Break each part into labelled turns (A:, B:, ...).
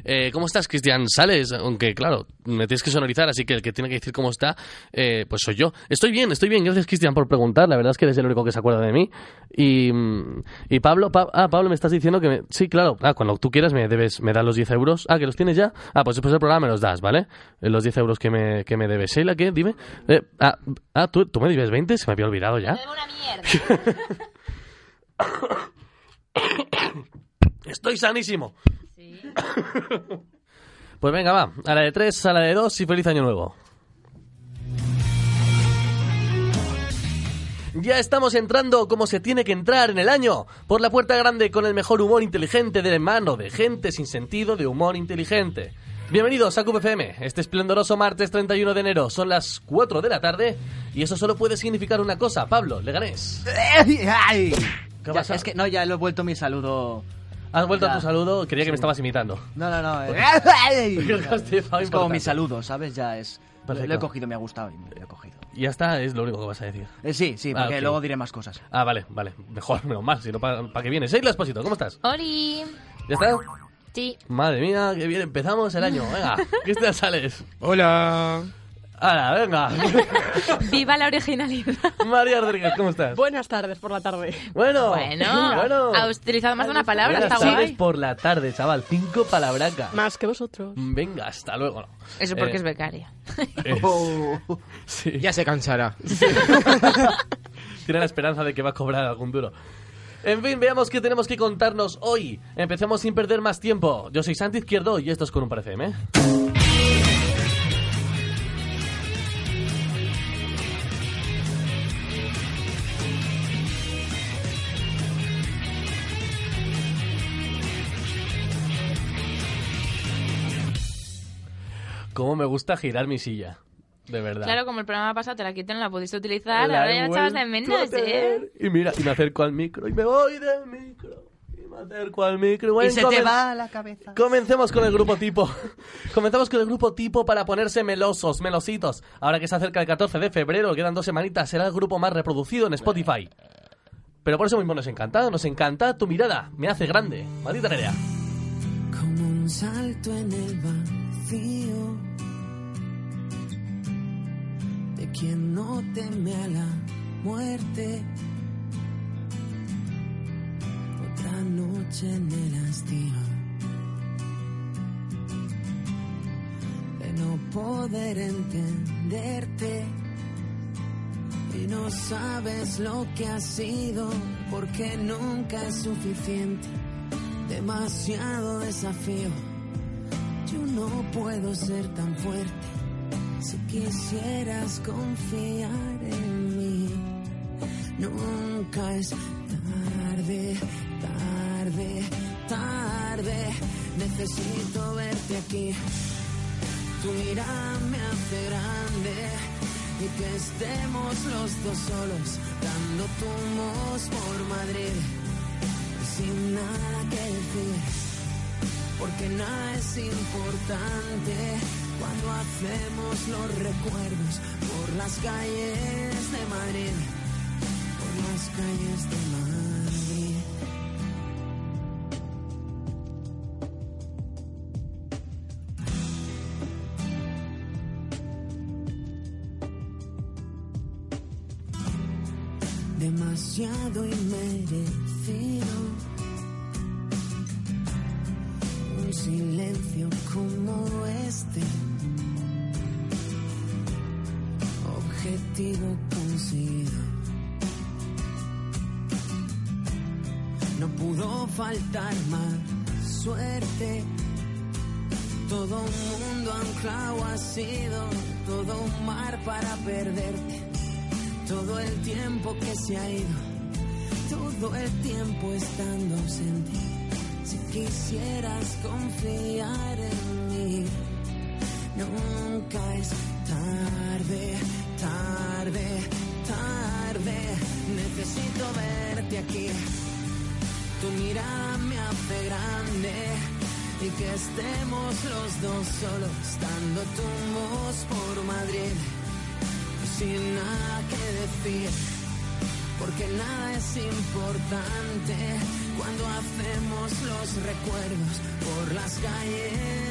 A: ¿Cómo estás, Cristian Sales? Aunque, claro, me tienes que sonorizar, así que el que tiene que decir cómo está, pues soy yo. Estoy bien. Gracias, Cristian, por preguntar. La verdad es que eres el único que se acuerda de mí. Y Pablo, Pablo, me estás diciendo que... Sí, claro. Cuando tú quieras me das los 10 euros. ¿Que los tienes ya? Pues después del programa me los das, ¿vale? Los 10 euros que me debes. Sheila, ¿qué? Dime. ¿Tú me debes 20? Se me había olvidado ya.
B: Me debo una mierda.
A: Estoy sanísimo.
B: Sí.
A: Pues venga, va. A la de 3, a la de 2 y feliz año nuevo. Ya estamos entrando como se tiene que entrar en el año, por la puerta grande con el mejor humor inteligente de mano de gente sin sentido de humor inteligente. Bienvenidos a QPFM, este esplendoroso martes 31 de enero, son las 4 de la tarde y eso solo puede significar una cosa, Pablo, Leganés. ¿Qué pasa?
C: Es que no, ya lo he vuelto mi saludo.
A: ¿Has vuelto a tu saludo? Creía que me estabas imitando.
C: No. Es como mi saludo, ¿sabes? Ya es...
A: Perfecto.
C: Lo he cogido, me ha gustado y lo he cogido.
A: Y ya está, es lo único que vas a decir.
C: Sí, porque
A: ok.
C: luego diré más cosas.
A: Vale. Mejor, menos mal, si no, ¿para qué vienes? Sheila Espósito, ¿cómo estás?
B: ¡Holi!
A: ¿Ya está?
B: Sí.
A: Madre mía, qué bien empezamos el año. Venga, Cristian Sales.
D: Hola.
A: ¡Hala, venga!
B: ¡Viva la originalidad!
A: María Rodríguez, ¿cómo estás?
E: Buenas tardes por la tarde.
A: Bueno.
B: Ha utilizado más de una palabra,
A: Buenas
B: está
A: tardes
B: guay.
A: por la tarde, chaval. 5 palabracas.
E: Más que vosotros.
A: Venga, hasta luego. No.
B: Eso porque es becaria.
A: Sí.
D: Ya se cansará.
A: Tiene la esperanza de que va a cobrar algún duro. En fin, veamos qué tenemos que contarnos hoy. Empecemos sin perder más tiempo. Yo soy Santi Izquierdo y esto es Con un Par FM. Cómo me gusta girar mi silla. De verdad.
B: Claro, como el programa pasado te la quité, no la pudiste utilizar,
A: La
B: ahora
A: he
B: ya echabas de
A: vuelto
B: menos,
A: a tener. Y mira, y me acerco al micro y me voy del micro. Y me acerco al micro.
C: Y
A: Bueno,
C: se te va la cabeza.
A: Comencemos con el grupo tipo. Comenzamos con el grupo tipo para ponerse melositos. Ahora que se acerca el 14 de febrero, quedan 2 semanitas, será el grupo más reproducido en Spotify. Pero por eso mismo nos encanta tu mirada. Me hace grande. Maldita Nerea.
F: Como un salto en el vacío de quien no teme a la muerte. Otra noche en el hastío de no poder entenderte y no sabes lo que ha sido porque nunca es suficiente. Demasiado desafío. Yo no puedo ser tan fuerte. Si quisieras confiar en mí, nunca es tarde. Necesito verte aquí. Tu mirada me hace grande y que estemos los dos solos dando tumbos por Madrid sin nada que decir, porque nada es importante cuando hacemos los recuerdos por las calles de Madrid, por las calles de Madrid. Demasiado inmerecido, un silencio como este, objetivo conseguido. No pudo faltar más suerte, todo un mundo anclado ha sido, todo un mar para perderte. Todo el tiempo que se ha ido, todo el tiempo estando ausente. Si quisieras confiar en mí, nunca es tarde. Necesito verte aquí. Tu mirada me hace grande y que estemos los dos solos dando tumbos por Madrid. Sin nada que decir, porque nada es importante cuando hacemos los recuerdos por las calles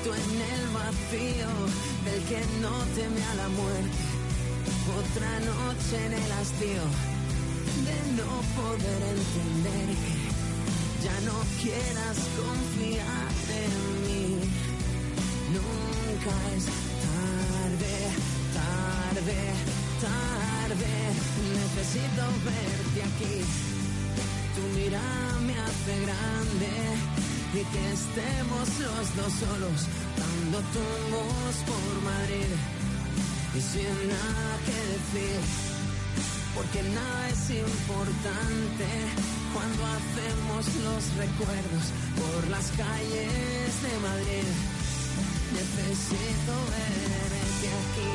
F: Siento en el vacío del que no teme a la muerte. Otra noche en el hastío de no poder entender que ya no quieras confiar en mí. Nunca es tarde, tarde, tarde. Necesito verte aquí. Tu mirada me hace grande y que estemos los dos solos dando tumbos por Madrid y sin nada que decir, porque nada es importante cuando hacemos los recuerdos por las calles de Madrid. Necesito verte aquí.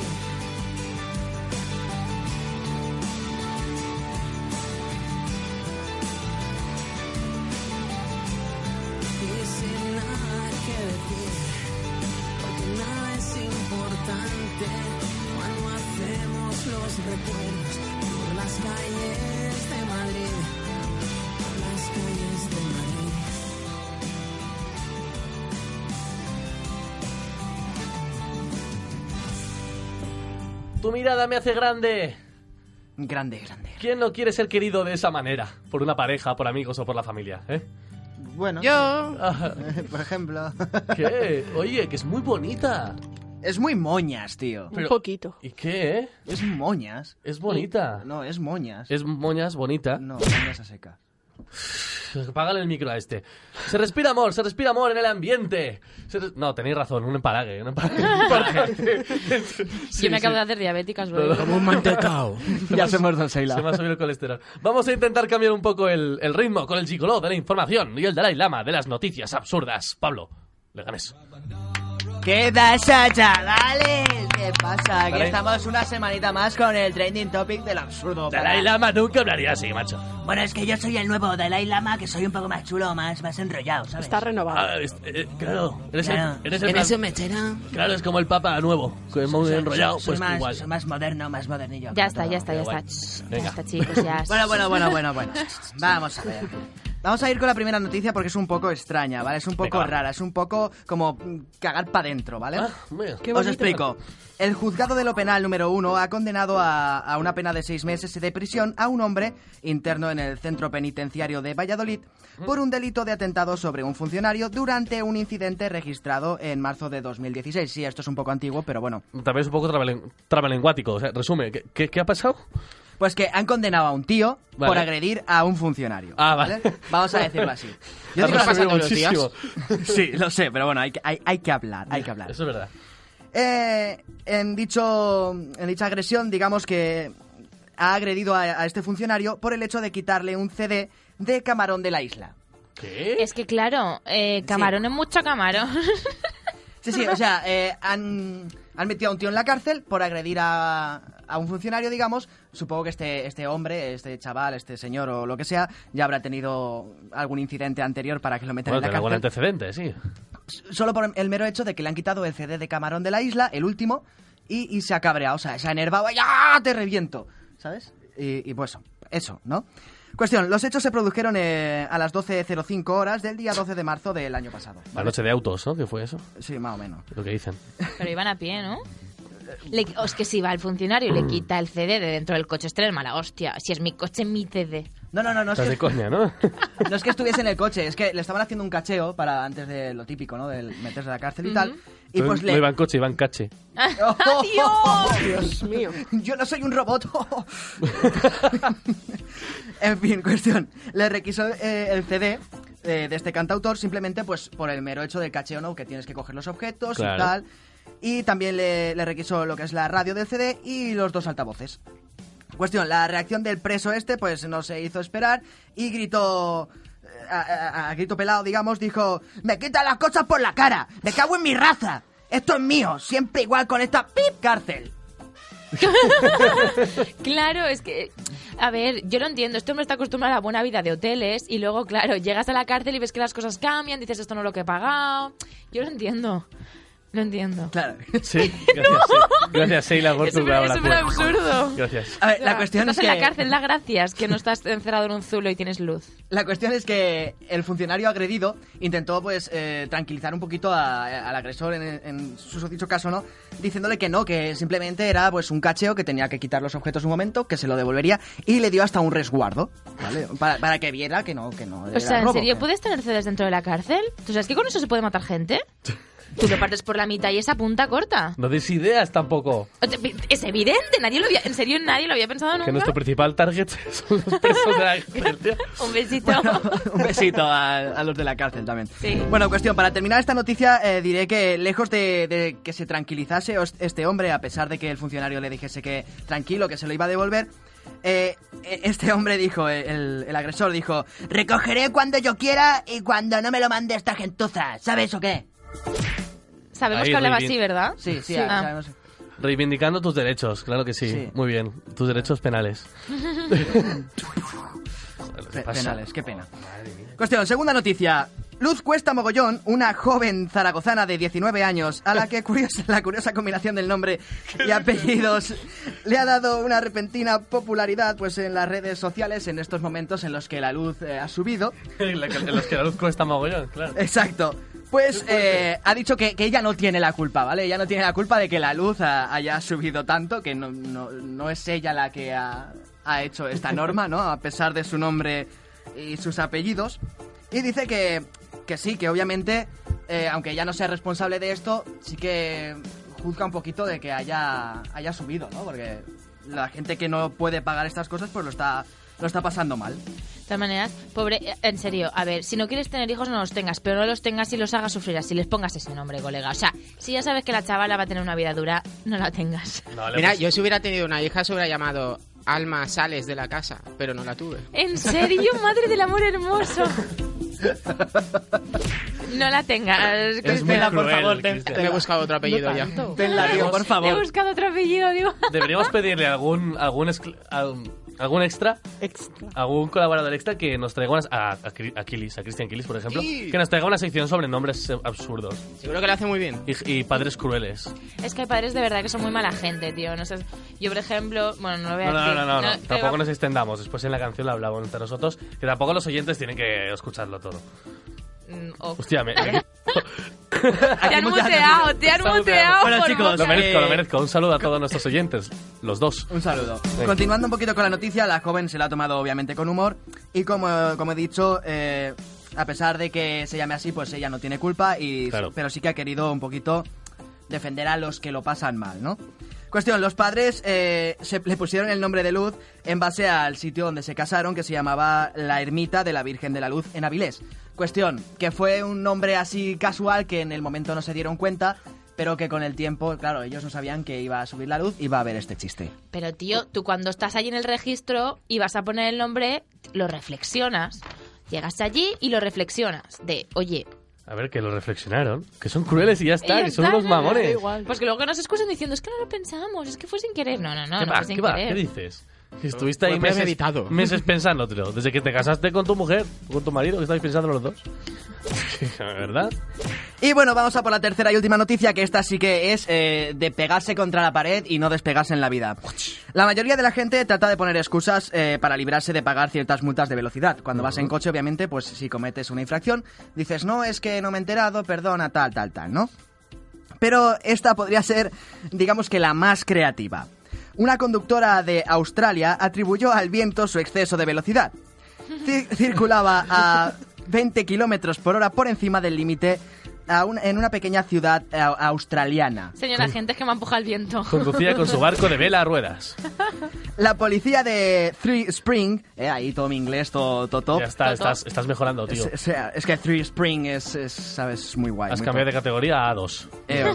F: Y sin nada que decir, porque nada es importante cuando hacemos los recuerdos por las calles de Madrid, por las calles de Madrid.
A: Tu mirada me hace grande.
C: Grande, grande.
A: ¿Quién no quiere ser querido de esa manera? Por una pareja, por amigos o por la familia, ¿eh?
D: Bueno,
C: Yo.
D: por ejemplo.
A: ¿Qué? Oye, que es muy bonita.
C: Es muy moñas, tío.
E: Un poquito.
A: ¿Y qué, eh?
C: Es moñas.
A: Es bonita.
C: No, es moñas.
A: Es moñas, bonita.
C: No, moñas a seca.
A: Págale el micro a este. Se respira amor en el ambiente. No, tenéis razón, un empalague.
B: Yo me acabo de hacer diabéticas luego.
D: Como un mantecao.
C: Ya somos dos, Sheila.
A: Se me ha subido el colesterol. Vamos a intentar cambiar un poco el ritmo con el gigoló de la información y el Dalai Lama de las noticias absurdas. Pablo, Leganés.
C: ¿Qué pasa, chavales? ¿Qué pasa? Aquí
A: Vale.
C: estamos una semanita más con el trending topic del absurdo.
A: Dalai Lama nunca hablaría así, macho.
C: Bueno, es que yo soy el nuevo Dalai Lama, que soy un poco más chulo, más enrollado, ¿sabes?
E: Está renovado.
A: Claro, eres
C: Claro.
A: el
D: ¿Eres un mechero?
A: Claro, es como el Papa nuevo, que es muy enrollado,
C: soy
A: pues
C: más,
A: igual.
C: soy más moderno, más modernillo.
B: Ya está, ya está, ya
A: Guay.
B: está. Shh,
A: Venga.
B: Ya está, chicos, ya.
C: Bueno. Vamos a ver. Vamos a ir con la primera noticia porque es un poco extraña, ¿vale? Es un poco
A: Venga, va.
C: rara, es un poco como cagar para adentro, ¿vale?
A: Ah, mira.
E: Qué
C: Os
E: bonito.
C: explico. El juzgado de lo penal número 1 ha condenado a una pena de 6 meses de prisión a un hombre interno en el centro penitenciario de Valladolid por un delito de atentado sobre un funcionario durante un incidente registrado en marzo de 2016. Sí, esto es un poco antiguo, pero bueno.
A: También es un poco trabalenguático. O sea, resume, ¿qué ha pasado?
C: Pues que han condenado a un tío
A: Vale.
C: por agredir a un funcionario.
A: Ah, vale.
C: Vamos a decirlo así. Yo
A: Ha
C: digo la
A: resumido
C: cosa con los días.
A: muchísimo.
C: Sí, lo sé, pero bueno, hay que hablar, hay que hablar.
A: Eso es verdad.
C: En dicha agresión, digamos que ha agredido a este funcionario por el hecho de quitarle un CD de Camarón de la Isla.
A: ¿Qué?
B: Es que claro, camarón es mucho camarón.
C: Sí, o sea, han metido a un tío en la cárcel por agredir a un funcionario, digamos. Supongo que este hombre, este chaval, este señor o lo que sea, ya habrá tenido algún incidente anterior para que lo metan
A: Bueno,
C: en la
A: tiene algún
C: cárcel.
A: antecedente, sí.
C: Solo por el mero hecho de que le han quitado el CD de Camarón de la Isla, el último, y se ha cabreado, o sea, se ha enervado, ¡ya! ¡Te reviento! ¿Sabes? Y pues eso, ¿no? Cuestión, los hechos se produjeron a las 12:05 horas del día 12 de marzo del año pasado.
A: La noche de autos, ¿no? ¿Qué fue eso?
C: Sí, más o menos.
A: Lo que dicen.
B: Pero iban a pie, ¿no? O es que si va el funcionario y le quita el CD de dentro del coche, estrella mala hostia. Si es mi coche, mi CD.
C: No es
A: Estás de
C: que,
A: coña, ¿no?
C: no es que estuviese en el coche, es que le estaban haciendo un cacheo para antes de lo típico, ¿no? Del meterse a la cárcel y tal. Y pues
A: No iba en coche, iba en cache.
E: Dios mío.
C: Yo no soy un robot. En fin, cuestión. Le requisó el CD de este cantautor simplemente pues por el mero hecho del cacheo, ¿no? Que tienes que coger los objetos
A: Claro.
C: y tal. Y también le requisó lo que es la radio del CD y los 2 altavoces. Cuestión, la reacción del preso pues no se hizo esperar y gritó... A grito pelado, digamos, dijo: ¡me quitan las cosas por la cara! ¡Me cago en mi raza! ¡Esto es mío! Siempre igual con esta ¡pip! Cárcel.
B: Claro, es que... A ver, yo lo entiendo. Este hombre está acostumbrado a la buena vida de hoteles y luego, claro, llegas a la cárcel y ves que las cosas cambian, dices, esto no es lo que he pagado... Yo lo entiendo. Lo entiendo.
C: Claro.
A: Sí, gracias, sí. Gracias, Sheila, por
B: Es
A: tu
B: súper
A: colaboración.
B: absurdo.
A: Gracias.
C: A ver, la cuestión
B: estás
C: es que...
B: en la cárcel, da gracias que no estás encerrado en un zulo y tienes luz.
C: La cuestión es que el funcionario agredido intentó, pues, tranquilizar un poquito al agresor en su dicho caso, ¿no? Diciéndole que no, que simplemente era, pues, un cacheo, que tenía que quitar los objetos un momento, que se lo devolvería, y le dio hasta un resguardo, ¿vale? Para que viera que no
B: O sea, ¿en
C: robo.
B: serio puedes tener CDs dentro de la cárcel? ¿Tú sabes que con eso se puede matar gente? Tú lo partes por la mitad y esa punta corta.
A: No des ideas tampoco.
B: Es evidente, en serio nadie lo había pensado nunca.
A: Que nuestro principal target son los presos de la cárcel, tío.
B: Un besito.
C: Bueno, un besito a los de la cárcel también.
B: Sí.
C: Bueno, cuestión, para terminar esta noticia, diré que lejos de que se tranquilizase este hombre, a pesar de que el funcionario le dijese que tranquilo, que se lo iba a devolver, este hombre dijo, el agresor dijo: recogeré cuando yo quiera y cuando no me lo mande esta gentuza, ¿sabes o qué?
B: Sabemos
A: Ahí,
B: que hablaba
A: Ricky.
B: así, ¿verdad?
C: Sí, sí,
B: Ah.
C: sabemos.
A: Reivindicando tus derechos, claro que sí.
C: Sí.
A: Muy bien. Tus derechos penales. Joder, ¿qué pasa?
C: Penales, qué pena. Cuestión, segunda noticia. Luz Cuesta Mogollón, una joven zaragozana de 19 años, a la que la curiosa combinación del nombre y apellidos le ha dado una repentina popularidad, pues, en las redes sociales en estos momentos en los que la luz ha subido.
A: En los que la luz cuesta mogollón, claro.
C: Exacto. Pues ha dicho que ella no tiene la culpa, ¿vale? Ella no tiene la culpa de que la luz haya subido tanto, que no es ella la que ha hecho esta norma, ¿no? A pesar de su nombre y sus apellidos. Y dice que sí, que obviamente, aunque ella no sea responsable de esto, sí que juzga un poquito de que haya subido, ¿no? Porque la gente que no puede pagar estas cosas, pues lo está pasando mal.
B: De todas maneras, pobre, en serio, a ver, si no quieres tener hijos no los tengas, pero no los tengas y los hagas sufrir así, les pongas ese nombre, colega. O sea, si ya sabes que la chavala va a tener una vida dura, no la tengas.
A: No, le
G: Mira,
A: puse-
G: yo si hubiera tenido una hija se hubiera llamado Alma Sales de la casa, pero no la tuve.
B: ¿En serio? Madre del amor hermoso. No la tengas.
A: Es muy
C: Tenla, por
A: cruel,
C: favor,
A: Cristian.
G: Me he buscado otro apellido ya.
C: Tenla, tío, por
B: He
C: favor.
B: buscado otro apellido, digo.
A: Deberíamos pedirle a algún extra, algún colaborador extra que nos traiga a Christian Kilis, por ejemplo,
G: Sí.
A: que nos traiga una sección sobre nombres absurdos
G: Seguro que lo hace muy bien.
A: y padres crueles.
B: Es que hay padres de verdad que son muy mala gente, tío. No sé, yo, por ejemplo, bueno, no lo voy a decir.
A: No,
B: te
A: tampoco
B: va-
A: nos extendamos. Después en la canción la hablamos entre nosotros, que tampoco los oyentes tienen que escucharlo todo.
B: Oh.
A: Hostia,
B: Te han muteado, te han
A: Está muteado.
B: muteado.
C: Bueno,
B: por
C: chicos,
A: Lo
B: boca.
A: merezco. Un saludo a todos nuestros oyentes, los dos.
C: Un saludo.
A: Venga.
C: Continuando un poquito con la noticia, la joven se la ha tomado obviamente con humor y como he dicho, a pesar de que se llame así, pues ella no tiene culpa,
A: Claro.
C: pero sí que ha querido un poquito defender a los que lo pasan mal, ¿no? Cuestión, los padres le pusieron el nombre de Luz en base al sitio donde se casaron, que se llamaba la Ermita de la Virgen de la Luz en Avilés. Cuestión, que fue un nombre así casual que en el momento no se dieron cuenta, pero que con el tiempo, claro, ellos no sabían que iba a subir la luz y iba a haber este chiste.
B: Pero, tío, tú cuando estás allí en el registro y vas a poner el nombre, lo reflexionas. Llegas allí y lo reflexionas. De, oye,
A: A ver, que lo reflexionaron. Que son crueles y ya está,
B: y ya
A: que son
B: está,
A: unos
B: no, no,
A: mamones.
E: Da igual.
B: pues que luego que nos excusen diciendo, es que no lo pensamos, es que fue sin querer. No,
A: ¿Qué
B: no
A: va?
B: fue sin
A: ¿Qué va?
B: querer.
A: ¿Qué dices? Que estuviste ahí
G: Fue
A: meses,
G: premeditado.
A: meses pensándotelo. Desde que te casaste con tu mujer, con tu marido, que estáis pensando los dos. ¿Verdad?
C: Y bueno, vamos a por la tercera y última noticia, que esta sí que es de pegarse contra la pared y no despegarse en la vida. La mayoría de la gente trata de poner excusas para librarse de pagar ciertas multas de velocidad. Cuando vas en coche, obviamente, pues si cometes una infracción, dices, no, es que no me he enterado, perdona, tal, ¿no? Pero esta podría ser, digamos que la más creativa. Una conductora de Australia atribuyó al viento su exceso de velocidad. Circulaba a 20 kilómetros por hora por encima del límite en una pequeña ciudad australiana.
B: Señora, gente, es que me empuja el viento.
A: Conducía con su barco de vela a ruedas.
C: La policía de Three Spring, ahí todo mi inglés, todo top.
A: Ya está, estás mejorando, tío.
C: Es que Three Spring es muy guay.
A: Has
C: muy
A: cambiado de
C: top.
A: categoría a A2.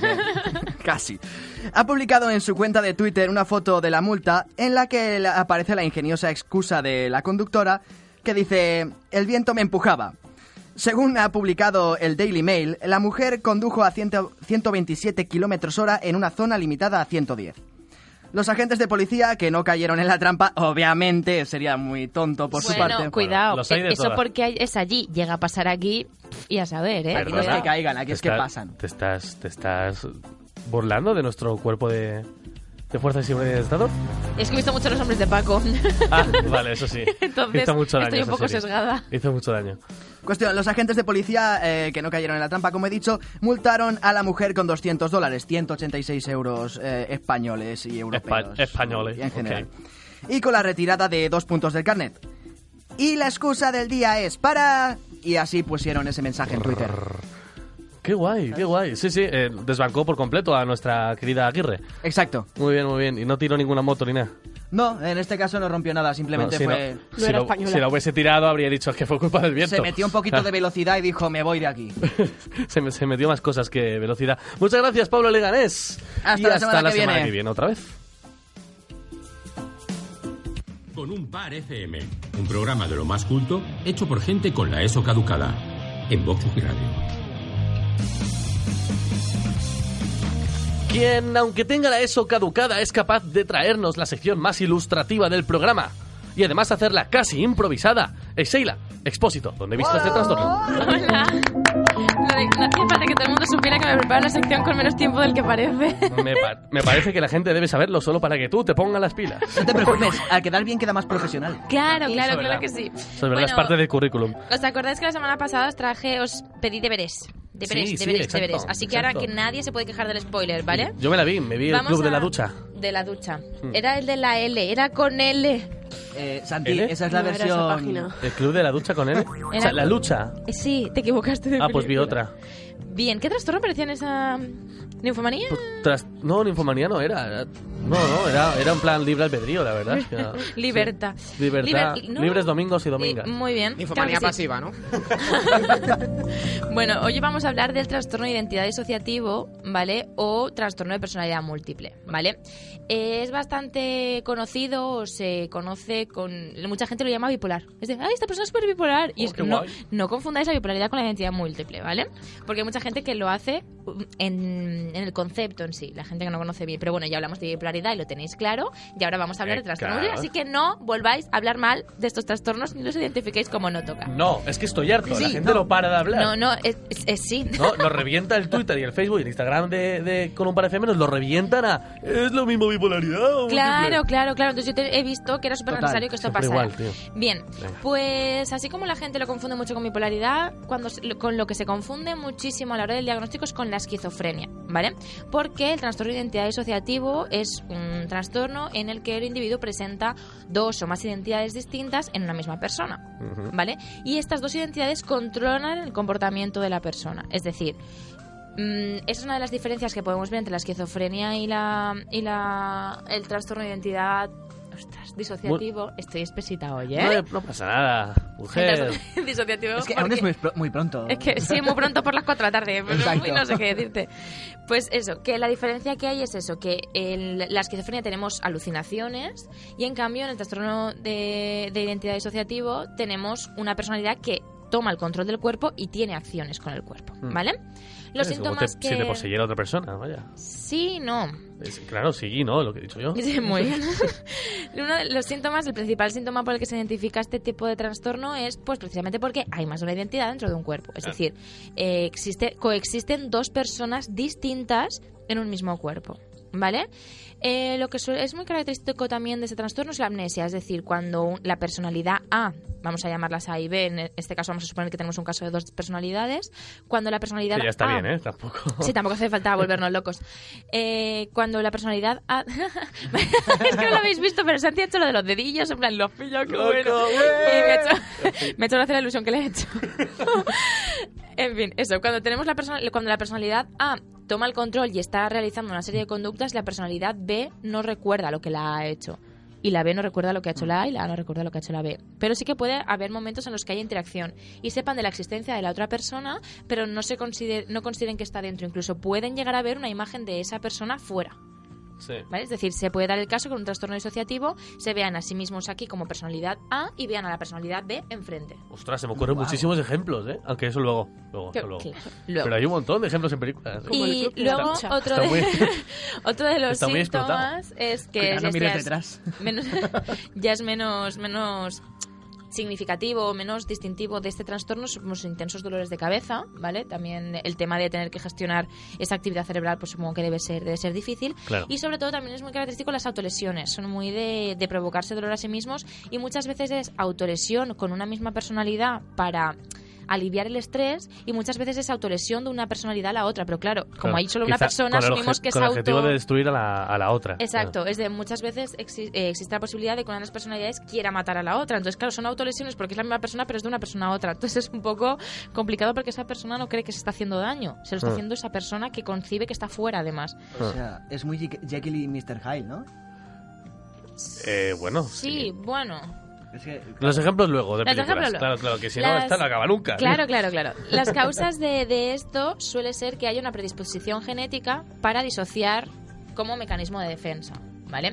C: Ok. Casi. Ha publicado en su cuenta de Twitter una foto de la multa en la que aparece la ingeniosa excusa de la conductora que dice, el viento me empujaba. Según ha publicado el Daily Mail, la mujer condujo a 127 kilómetros hora en una zona limitada a 110. Los agentes de policía, que no cayeron en la trampa, obviamente sería muy tonto por su parte.
B: Bueno, cuidado,
A: los hay de
B: eso
A: todas.
B: porque es allí, llega a pasar aquí y a saber, ¿eh?
C: Aquí no es
A: Perdona.
C: que caigan, aquí es que pasan.
A: Te estás burlando de nuestro cuerpo de de Fuerza y Seguridad del Estado?
B: Es que he visto mucho Los Hombres de Paco.
A: Ah, vale, eso sí.
B: Entonces,
A: hizo mucho daño
B: estoy un
A: esa
B: poco
A: serie.
B: sesgada.
A: Hizo mucho daño.
C: Cuestión, los agentes de policía que no cayeron en la trampa, como he dicho, multaron a la mujer con $200, 186 euros españoles y europeos.
A: Españoles,
C: en general. Y con la retirada de 2 puntos del carnet. Y la excusa del día es para... Y así pusieron ese mensaje en Twitter.
A: Qué guay, qué guay. Sí, sí, desbancó por completo a nuestra querida Aguirre.
C: Exacto.
A: Muy bien, muy bien. Y no tiró ninguna moto ni nada.
C: No, en este caso no rompió nada, simplemente
A: No,
C: fue...
E: No era española.
A: Si la hubiese tirado, habría dicho que fue culpa del viento.
C: Se metió un poquito de velocidad y dijo, me voy de aquí.
A: se metió más cosas que velocidad. Muchas gracias, Pablo Leganés.
C: Hasta
A: Y
C: la
A: hasta
C: semana
A: la
C: que
A: semana
C: viene.
A: que viene otra vez.
H: Con un par FM, un programa de lo más culto hecho por gente con la ESO caducada, en Vox Radio.
A: Quien, aunque tenga la ESO caducada, es capaz de traernos la sección más ilustrativa del programa. Y además hacerla casi improvisada. Es Sheila, Expósito, donde he visto este trastorno.
B: Hola. No hacía falta que todo el mundo supiera que me preparo la sección con menos tiempo del que parece.
A: Me parece que la gente debe saberlo solo para que tú te pongas las pilas.
C: No te preocupes, al quedar bien queda más profesional.
B: Claro,
A: Eso
B: claro,
A: es
B: claro
A: verdad.
B: que sí.
A: Eso es verdad, es parte del currículum.
B: ¿Os acordáis que la semana pasada os pedí deberes?
A: Sí,
B: Deberes.
A: exacto,
B: Así que
A: exacto.
B: ahora que nadie se puede quejar del spoiler, ¿vale?
A: Yo me vi el
B: Vamos
A: club de
B: a-
A: la ducha.
B: De la ducha. Era el de la L, era con L.
C: Santi,
A: ¿L?
C: esa es la
E: No era esa
C: versión...
E: página.
A: ¿El club de la ducha con él? O sea,
B: Era-
A: la lucha.
B: Sí, te equivocaste de
A: Ah, pues vi
B: película.
A: otra.
B: Bien, ¿qué trastorno parecía en esa ninfomanía?
A: No, ninfomanía no era. Era en plan libre albedrío, la verdad.
B: Libertad.
A: Sí. Libertad.
B: No.
A: Libres domingos y domingas.
B: Muy bien.
G: Infomanía
B: claro que sí.
G: pasiva, ¿no?
B: Bueno, hoy vamos a hablar del trastorno de identidad disociativo, ¿vale? O trastorno de personalidad múltiple, ¿vale? Es bastante conocido, o se conoce con... Mucha gente lo llama bipolar. Es de, ¡ay, esta persona es súper bipolar! Y
A: Oh,
B: es
A: qué
B: no,
A: guay.
B: no confundáis la bipolaridad con la identidad múltiple, ¿vale? Porque hay mucha gente que lo hace en el concepto en sí, la gente que no conoce bien. Pero bueno, ya hablamos de bipolaridad y lo tenéis claro. Y ahora vamos a hablar de trastorno
A: claro.
B: múltiple. Así que no volváis a hablar mal de estos trastornos ni los identifiquéis como no toca.
A: No, es que estoy harto.
C: Sí,
A: la gente
C: no.
A: no para de hablar.
B: No, es sí.
A: No, nos revienta el Twitter y el Facebook y el Instagram de Con un par FM, nos lo revientan a... ¿Es lo mismo bipolaridad o
B: Claro,
A: múltiple?
B: claro. Entonces yo he visto que era súper
C: Total,
B: necesario que esto
A: siempre
B: pasara.
A: igual, tío.
B: Bien,
A: Venga.
B: pues así como la gente lo confunde mucho con bipolaridad, con lo que se confunde muchísimo a la hora del diagnóstico es con la esquizofrenia, ¿vale? Porque el trastorno de identidad disociativo es un trastorno en el que el individuo presenta 2 o más identidades distintas en una misma persona, ¿vale? Y estas 2 identidades controlan el comportamiento de la persona. Es decir, esa es una de las diferencias que podemos ver entre la esquizofrenia y el trastorno de identidad disociativo. Estoy espesita hoy, ¿eh?
A: No pasa nada,
B: El
A: mujer.
B: trastorno disociativo.
C: Es que aún es muy pronto.
B: Es que sí, muy pronto por las 4 de la tarde, pero
C: Exacto.
B: no sé qué decirte. Pues eso, que la diferencia que hay es eso, que en la esquizofrenia tenemos alucinaciones y en cambio en el trastorno de identidad disociativo tenemos una personalidad que toma el control del cuerpo y tiene acciones con el cuerpo, ¿vale? Los
A: Es como
B: síntomas
A: Si te
B: que...
A: poseyera otra persona, vaya.
B: Sí, no.
A: Claro, sí y no, lo que he dicho yo.
B: Sí, muy bien. Uno de los síntomas, el principal síntoma por el que se identifica este tipo de trastorno es pues precisamente porque hay más de una identidad dentro de un cuerpo. Es decir, coexisten 2 personas distintas en un mismo cuerpo. ¿Vale? Lo que es muy característico también de ese trastorno es la amnesia, es decir, cuando la personalidad A, vamos a llamarlas A y B, en este caso vamos a suponer que tenemos un caso de 2 personalidades, cuando la personalidad
A: Que ya está
B: A...
A: bien, ¿eh? Tampoco.
B: Sí, tampoco hace falta volvernos locos. Cuando la personalidad... es que no lo habéis visto, pero Santi ha hecho lo de los dedillos, en plan, los pillo, qué bueno. Y me ha hecho gracia la ilusión que le he hecho. En fin, eso, cuando la personalidad A toma el control y está realizando una serie de conductas, la personalidad B no recuerda lo que la A ha hecho. Y la B no recuerda lo que ha hecho la A y la A no recuerda lo que ha hecho la B. Pero sí que puede haber momentos en los que haya interacción y sepan de la existencia de la otra persona, pero no consideren que está dentro. Incluso pueden llegar a ver una imagen de esa persona fuera.
A: Sí.
B: ¿Vale? Es decir, se puede dar el caso que con un trastorno disociativo se vean a sí mismos aquí como personalidad A y vean a la personalidad B enfrente.
A: Ostras, se me ocurren muchísimos ejemplos, ¿eh? Aunque eso luego.
B: Que-
A: luego.
B: claro, luego.
A: Pero hay un montón de ejemplos en películas.
E: Como el
B: Y
E: club de
B: luego
E: la
B: otro
A: Está
B: de,
A: muy-
B: otro de los
A: está muy explotado.
B: síntomas es que
C: Cuidado, no
B: es
C: mires
B: ya
C: detrás.
B: ya es menos significativo o menos distintivo de este trastorno son los intensos dolores de cabeza, ¿vale? También el tema de tener que gestionar esa actividad cerebral, pues supongo que debe ser difícil.
A: Claro.
B: Y sobre todo también es muy característico las autolesiones. Son muy de provocarse dolor a sí mismos y muchas veces es autolesión con una misma personalidad para aliviar el estrés y muchas veces es autolesión de una personalidad a la otra. Pero claro, como hay solo una
A: Quizá
B: persona, asumimos que es
A: con el objetivo
B: auto...
A: de destruir a la otra.
B: Exacto, es de muchas veces existe la posibilidad de que una de las personalidades quiera matar a la otra. Entonces, claro, son autolesiones porque es la misma persona, pero es de una persona a otra. Entonces es un poco complicado porque esa persona no cree que se está haciendo daño. Se lo está haciendo esa persona que concibe que está fuera, además.
C: O sea, es muy Jekyll y Mr. Hyde, ¿no?
A: Bueno,
B: Sí, bueno...
C: Es que,
A: Los ejemplos luego de
B: Los
A: películas.
B: ejemplos luego.
A: Claro, que si no, esta no acaba nunca.
B: Claro. Las causas de esto suele ser que haya una predisposición genética para disociar como mecanismo de defensa, ¿vale?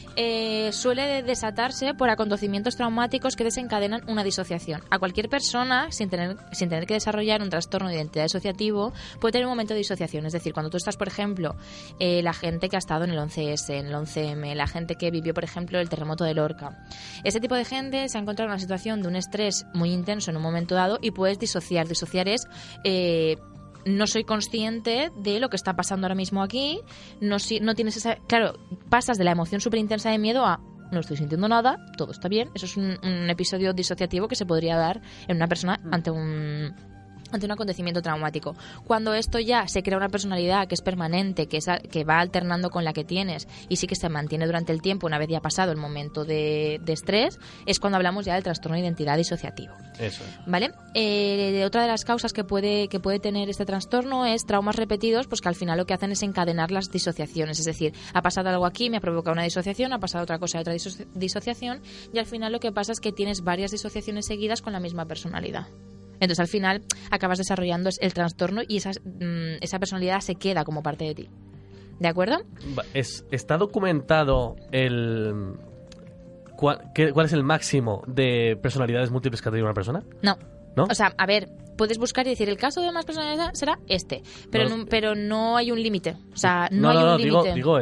B: Suele desatarse por acontecimientos traumáticos que desencadenan una disociación. A cualquier persona, sin tener que desarrollar un trastorno de identidad disociativo, puede tener un momento de disociación. Es decir, cuando tú estás, por ejemplo, la gente que ha estado en el 11S, en el 11M, la gente que vivió, por ejemplo, el terremoto de Lorca. Ese tipo de gente se ha encontrado en una situación de un estrés muy intenso en un momento dado y puedes disociar. Disociar es... no soy consciente de lo que está pasando ahora mismo aquí, no tienes esa... Claro, pasas de la emoción súper intensa de miedo a no estoy sintiendo nada, todo está bien. Eso es un episodio disociativo que se podría dar en una persona ante un acontecimiento traumático. Cuando esto ya se crea una personalidad que es permanente, que va alternando con la que tienes y sí que se mantiene durante el tiempo, una vez ya pasado el momento de estrés, es cuando hablamos ya del trastorno de identidad disociativo.
A: Eso.
B: ¿Vale? Otra de las causas que puede tener este trastorno es traumas repetidos, pues que al final lo que hacen es encadenar las disociaciones. Es decir, ha pasado algo aquí, me ha provocado una disociación, ha pasado otra cosa, otra disociación, y al final lo que pasa es que tienes varias disociaciones seguidas con la misma personalidad. Entonces, al final, acabas desarrollando el trastorno y esa personalidad se queda como parte de ti. ¿De acuerdo?
A: ¿Está documentado cuál es el máximo de personalidades múltiples que ha tenido una persona?
B: No.
A: ¿No?
B: O sea, a ver, puedes buscar y decir, el caso de más personalidades será este, pero no hay un límite. O sea, no hay un límite.
A: Digo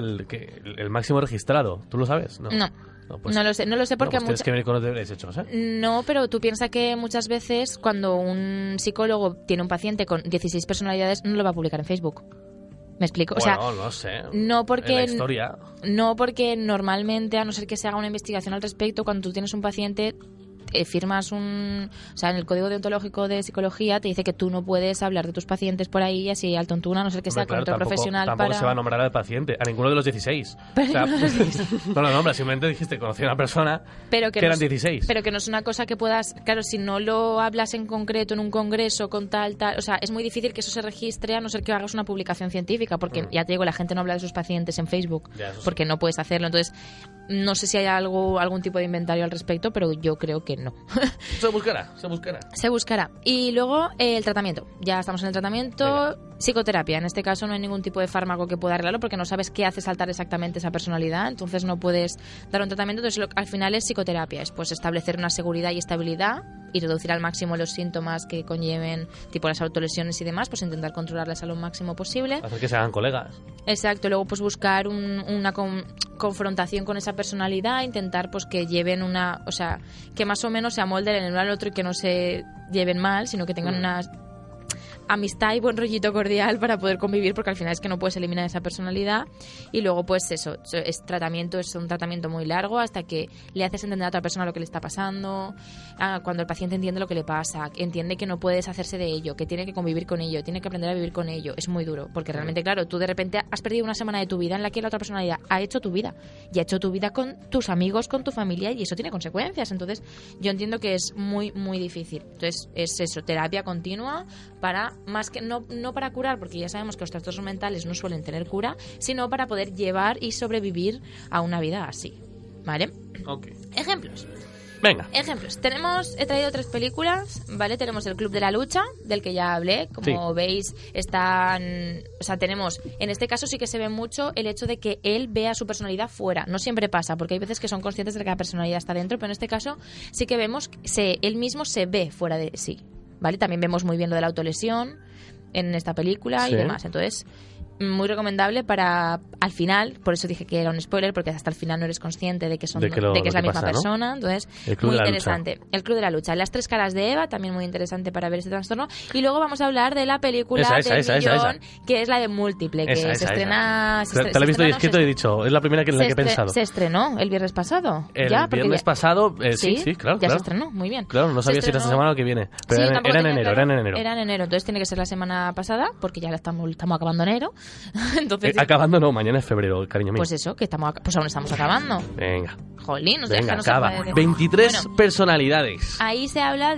A: el máximo registrado. ¿Tú lo sabes? No. Pues,
B: no lo sé porque...
A: Pues tienes que venir con los deberes hechos, ¿eh?
B: No, pero tú piensas que muchas veces cuando un psicólogo tiene un paciente con 16 personalidades no lo va a publicar en Facebook. ¿Me explico?
A: Bueno,
B: o sea,
A: no sé.
B: No porque,
A: en la historia.
B: No porque normalmente, a no ser que se haga una investigación al respecto, cuando tú tienes un paciente... firmas o sea, en el código deontológico de psicología te dice que tú no puedes hablar de tus pacientes por ahí así al tontuna, a no ser que sea con otro profesional
A: tampoco se va a nombrar al paciente, a ninguno de los 16.
B: Pero
A: o sea, no lo nombras, simplemente dijiste conocí a una persona que eran 16.
B: Pero que no es una cosa que puedas, claro, si no lo hablas en concreto en un congreso con tal, o sea, es muy difícil que eso se registre a no ser que hagas una publicación científica, porque ya te digo, la gente no habla de sus pacientes en Facebook, porque no puedes hacerlo. Entonces, no sé si hay algún tipo de inventario al respecto, pero yo creo que no.
A: Se buscará.
B: Se buscará. Y luego el tratamiento. Ya estamos en el tratamiento. Venga. Psicoterapia. En este caso no hay ningún tipo de fármaco que pueda arreglarlo porque no sabes qué hace saltar exactamente esa personalidad. Entonces no puedes dar un tratamiento. Entonces al final es psicoterapia. Es pues establecer una seguridad y estabilidad y reducir al máximo los síntomas que conlleven, tipo las autolesiones y demás, pues intentar controlarlas a lo máximo posible.
A: Hacer que se hagan colegas.
B: Exacto. Luego pues buscar una confrontación con esa personalidad, intentar pues que lleven o sea, que más o menos se amolden el uno al otro y que no se lleven mal, sino que tengan una amistad y buen rollito cordial para poder convivir, porque al final es que no puedes eliminar esa personalidad. Y luego pues eso, es un tratamiento muy largo hasta que le haces entender a otra persona lo que le está pasando, cuando el paciente entiende lo que le pasa, entiende que no puedes hacerse de ello, que tiene que convivir con ello, tiene que aprender a vivir con ello. Es muy duro, porque realmente, claro, tú de repente has perdido una semana de tu vida en la que la otra personalidad ha hecho tu vida y ha hecho tu vida con tus amigos, con tu familia, y eso tiene consecuencias. Entonces yo entiendo que es muy, muy difícil. Entonces es eso, terapia continua para, más que no para curar, porque ya sabemos que los trastornos mentales no suelen tener cura, sino para poder llevar y sobrevivir a una vida así, ¿vale?
A: Okay.
B: Ejemplos.
A: Venga.
B: Ejemplos. He traído 3 películas, ¿vale? Tenemos El Club de la Lucha, del que ya hablé. Como veis, tenemos... En este caso sí que se ve mucho el hecho de que él vea su personalidad fuera. No siempre pasa, porque hay veces que son conscientes de que la personalidad está dentro, pero en este caso sí que vemos que él mismo se ve fuera de sí, ¿vale? También vemos muy bien lo de la autolesión en esta película y demás. Entonces, muy recomendable para al final, por eso dije que era un spoiler, porque hasta el final no eres consciente de que es la misma
A: pasa,
B: persona,
A: ¿no?
B: entonces
A: El Club
B: muy
A: de la
B: interesante.
A: Lucha.
B: El Club de la Lucha. Las 3 caras de Eva, también muy interesante para ver este trastorno. Y luego vamos a hablar de la película del millón, que es la de Múltiple, que se estrena...
A: Te la he visto y escrito y he dicho, es la primera en la que he pensado.
B: Se estrenó el viernes pasado.
A: El viernes pasado, sí, claro.
B: Ya se estrenó, muy bien.
A: Claro, no sabía si era esta semana o que viene. Pero
B: Sí,
A: era en enero,
B: Era en enero, entonces tiene que ser la semana pasada, porque ya estamos acabando enero. Entonces,
A: acabando no, mañana es febrero, cariño mío.
B: pues eso, que pues aún estamos acabando.
A: Venga.
B: Jolín,
A: Venga,
B: no se
A: acaba.
B: puede decir.
A: 23
B: Bueno,
A: personalidades.
B: ahí se habla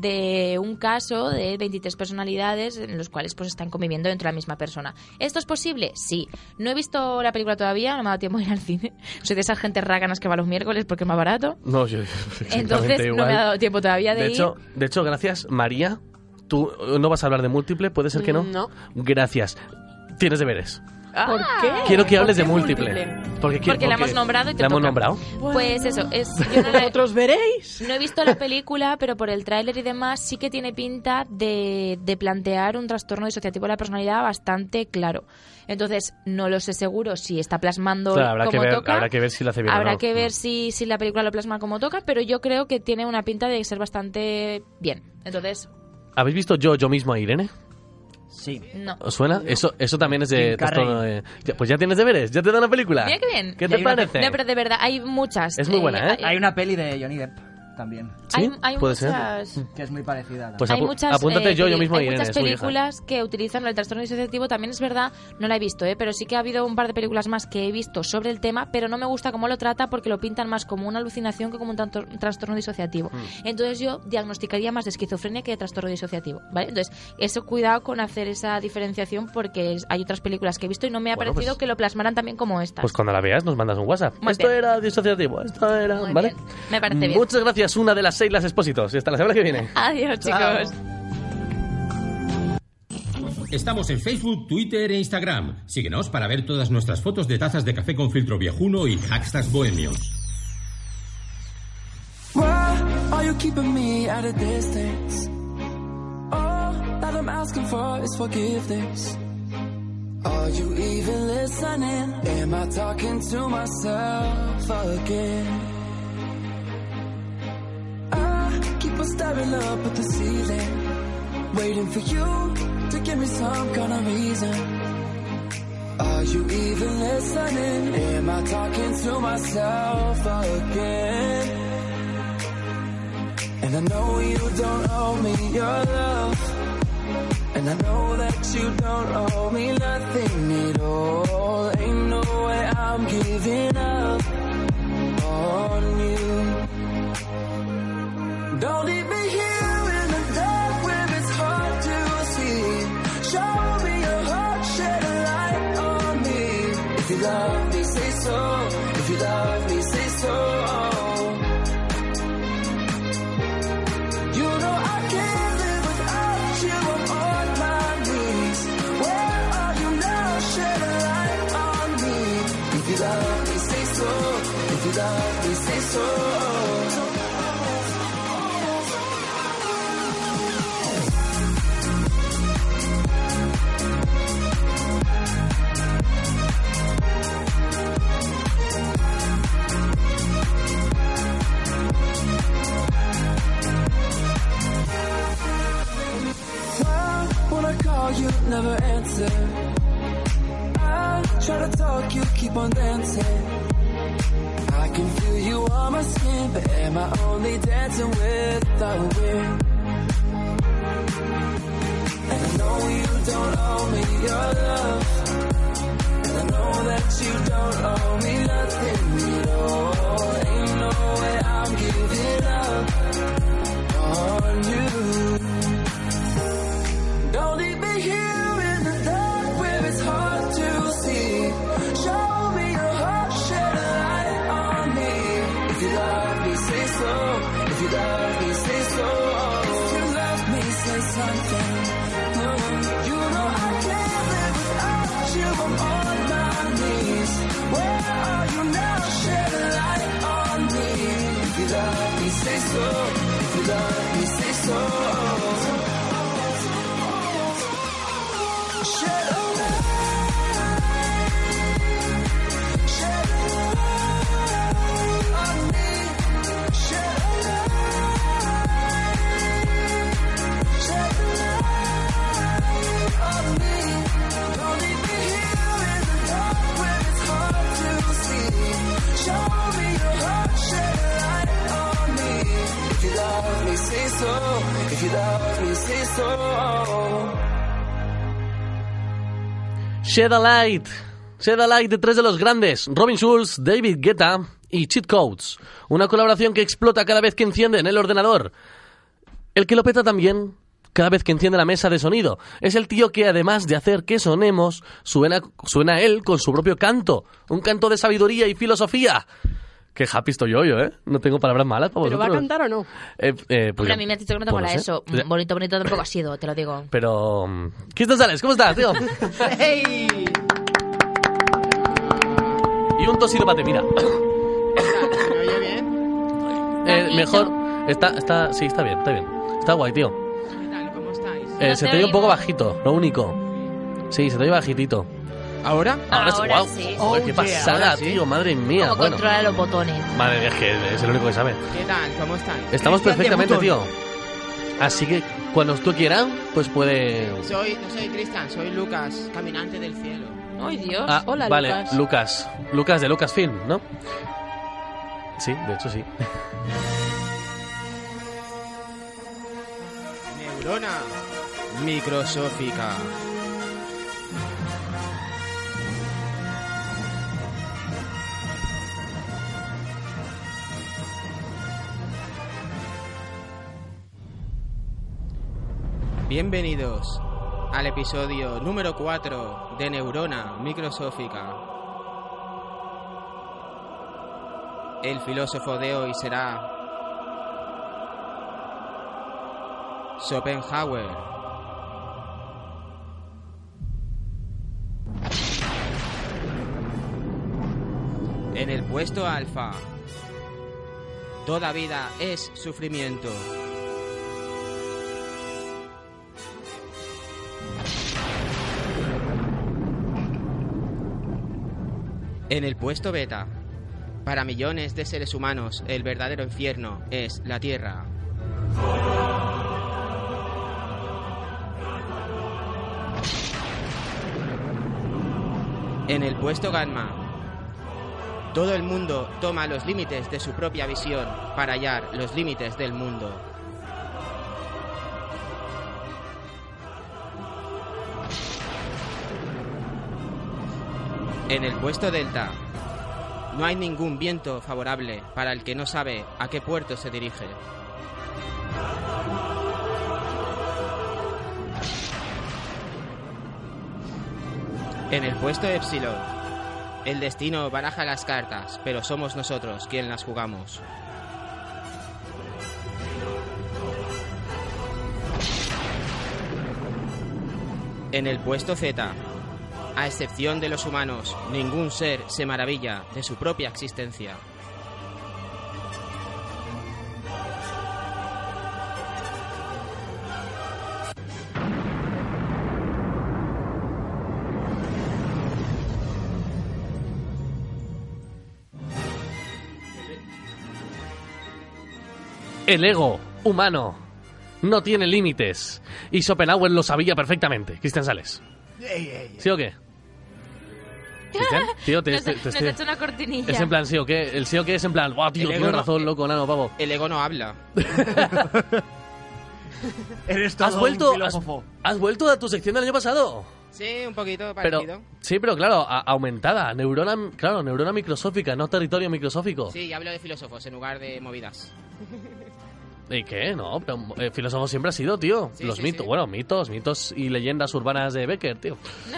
B: de un caso de 23 personalidades en los cuales pues están conviviendo dentro de la misma persona. ¿Esto es posible? Sí. No he visto la película todavía, no me ha dado tiempo de ir al cine. Soy de esas gente ráganas que va los miércoles porque es más barato.
A: No, yo
B: Entonces
A: igual.
B: no me ha dado tiempo todavía de ir.
A: De hecho, gracias, María. Tú no vas a hablar de Múltiple, ¿puede ser que no?
E: No.
A: Gracias. Tienes deberes.
E: ¿Por qué?
A: Quiero que hables de
E: ¿Por qué
A: Múltiple. Porque
B: la hemos nombrado y te
A: ¿La hemos
B: toca.
A: nombrado?
B: Pues eso, yo no la
E: Vosotros veréis.
B: No he visto la película, pero por el tráiler y demás sí que tiene pinta de plantear un trastorno disociativo de la personalidad bastante claro. Entonces, no lo sé seguro si está plasmando
A: Claro,
B: como toca.
A: habrá que ver si lo hace bien o
B: Habrá
A: no.
B: que ver si la película lo plasma como toca, pero yo creo que tiene una pinta de ser bastante bien. Entonces,
A: ¿Habéis visto yo mismo a Irene?
C: Sí.
B: no.
A: ¿Os suena? Eso también es de
C: Jim Carrey.
A: trastorno Pues ya tienes deberes, ya te da una película.
B: Mira qué bien.
A: ¿Qué
C: Y
A: te
C: hay una
A: parece?
B: No, pero de verdad, hay muchas.
A: Es muy buena, ¿eh?
C: Hay una peli de Johnny Depp también,
A: ¿Sí?
B: Hay
A: ¿Puede ser?
B: muchas...
C: que es muy parecida.
A: Pues
B: hay muchas,
A: apúntate yo mismo a
B: hay
A: Irene,
B: muchas
A: su hija.
B: películas que utilizan el trastorno disociativo. También es verdad, no la he visto, pero sí que ha habido un par de películas más que he visto sobre el tema, pero no me gusta cómo lo trata porque lo pintan más como una alucinación que como un trastorno disociativo. Entonces yo diagnosticaría más de esquizofrenia que de trastorno disociativo, ¿vale? Entonces, eso, cuidado con hacer esa diferenciación porque hay otras películas que he visto y no me ha
A: Bueno,
B: parecido
A: pues-
B: que lo plasmaran también como estas.
A: Pues cuando la veas nos mandas un WhatsApp.
B: Muy
A: Esto
B: bien.
A: era disociativo, esto era...
B: Muy
A: ¿Vale?
B: bien. Me parece bien.
A: Muchas gracias, una de las 6 las Expósitos. Y hasta la semana que viene.
B: Adiós, chicos.
H: Estamos en Facebook, Twitter e Instagram. Síguenos para ver todas nuestras fotos de tazas de café con filtro viejuno y hashtags bohemios.
F: Why are you keeping me at a distance? All that I'm asking for is forgiveness. Are you even listening? Am I talking to myself again? I keep on staring up at the ceiling, waiting for you to give me some kind of reason. Are you even listening? Am I talking to myself again? And I know you don't owe me your love, and I know that you don't owe me nothing at all. Ain't no way I'm giving up on you. Don't leave me here in the dark where it's hard to see. Show me your heart, shed a light on me. If you love me, say so. If you love me, say so. You know I can't live without you. I'm on my knees. Where are you now? Shed a light on me. If you love me, say so. If you love me, say so. Why, when I call you, never answer? I try to talk, you keep on dancing. I can feel you on my skin, but am I only dancing with the wind? And I know you don't owe me your love, and I know that you don't owe me nothing at all. Ain't no way I'm giving up on you. Don't leave me here in the dark where it's hard to see. Show me your heart, shed a light on me. If you love me, say so. If you love me, say so. If you love me, say something. You know I can't live without you. I'm on my knees. Where are you now? Shed a light on me. If you love me, say so. If you love me, say so. Shed a light.
A: Shed a Light de tres de los grandes, Robin Schulz, David Guetta y Cheat Codes. Una colaboración que explota cada vez que encienden el ordenador. El que lo peta también cada vez que enciende la mesa de sonido. Es el tío que, además de hacer que sonemos, suena él con su propio canto. Un canto de sabiduría y filosofía. Qué happy estoy yo, ¿eh? No tengo palabras malas para
E: ¿Pero
A: vosotros.
E: va a cantar o no?
A: Pues
B: Hombre, a mí me has dicho que no te mola eso. Bonito tampoco ha sido, te lo digo.
A: Pero... Cristian Sales, ¿cómo estás, tío?
C: ¡Hey!
A: Y un tosido para ti, mira.
G: ¿Me oye bien?
A: Mejor... Sí, está bien. Está guay, tío.
G: ¿Qué tal? ¿Cómo estáis?
B: No
A: Se
B: te
A: te oye un poco
B: oímos.
A: bajito, lo único. Sí, se te oye bajitito.
G: ¿Ahora?
B: Ahora
A: guau.
B: sí.
A: Joder, qué
C: Oh, yeah,
A: pasada,
C: ahora sí.
A: tío, madre mía.
B: Como
A: Bueno,
B: controlar los botones.
A: madre mía, es que es el único que sabe.
G: ¿Qué tal? ¿Cómo estáis?
A: Estamos
C: Cristian de
A: perfectamente,
C: Button.
A: tío. Así que cuando tú quieras, pues puede...
G: No soy Cristian, soy Lucas, caminante del cielo.
B: Ay, Dios.
A: Ah,
E: Hola,
A: vale,
E: Lucas.
A: Lucas de Lucasfilm, ¿no? Sí, de hecho sí.
G: Neurona microsófica. Bienvenidos al episodio número 4 de Neurona microsófica. El filósofo de hoy será Schopenhauer. En el puesto alfa, toda vida es sufrimiento. En el puesto beta, para millones de seres humanos, el verdadero infierno es la Tierra. En el puesto gamma, todo el mundo toma los límites de su propia visión para hallar los límites del mundo. En el puesto delta, no hay ningún viento favorable para el que no sabe a qué puerto se dirige. En el puesto epsilon, el destino baraja las cartas, pero somos nosotros quien las jugamos. En el puesto Z, a excepción de los humanos, ningún ser se maravilla de su propia existencia.
A: El ego humano no tiene límites. Y Schopenhauer lo sabía perfectamente. Cristian Sales. ¿Sí o qué? ¿Cristian? Tío,
B: Nos ha hecho una cortinilla.
A: Es en plan sí o qué. El sí o qué es en plan, ¡guau, tío,
G: El ego
A: tienes
G: no-
A: razón, loco, nano, pavo!
G: El ego no habla.
C: Eres todo
A: ¿Has vuelto,
C: un filósofo.
A: has vuelto a tu sección del año pasado?
G: Sí, un poquito
A: Pero,
G: parecido.
A: sí, pero claro, aumentada. Neurona microsófica, no territorio microsófico.
G: Sí, hablo de filósofos en lugar de movidas.
A: ¿Y qué? No, pero filósofo siempre ha sido, tío.
G: Sí,
A: Los
G: sí,
A: mitos,
G: sí.
A: bueno, mitos y leyendas urbanas de Becker, tío.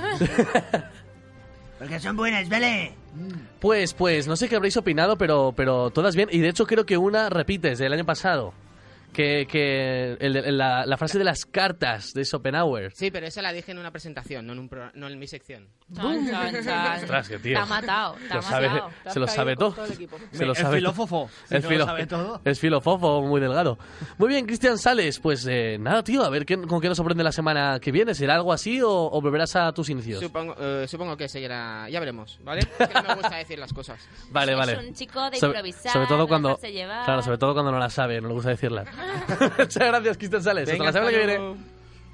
C: Porque son buenas, ¿vale?
A: Pues, no sé qué habréis opinado, pero todas bien. Y de hecho creo que una repites del año pasado. Que la frase de las cartas de Schopenhauer.
G: Sí, pero esa la dije en una presentación, no en mi sección.
B: Chan, chan, chan.
A: Ostras, qué tío.
B: Te ha matado, te ha
A: Lo sabe-
B: matado.
A: se lo sabe todo. Se lo
C: El
A: sabe
C: filósofo. Si
A: El
C: no
A: filo-
C: lo sabe todo.
A: Es filofofo, muy delgado. Muy bien, Cristian Sales. Pues nada, tío, a ver con qué nos sorprende la semana que viene. ¿Será algo así o volverás a tus inicios?
G: Supongo que seguirá. Ya veremos, ¿vale? Es que no me gusta decir las cosas.
A: Vale,
B: Es
A: vale.
B: un chico de
A: Sobre-
B: improvisar,
A: sobre todo
B: de
A: cuando,
B: dejarse llevar.
A: claro, sobre todo cuando no la sabe, no le gusta decirlas. Muchas gracias, Cristian Sales.
G: Venga,
A: Hasta la semana que
G: hasta
A: viene.
G: luego.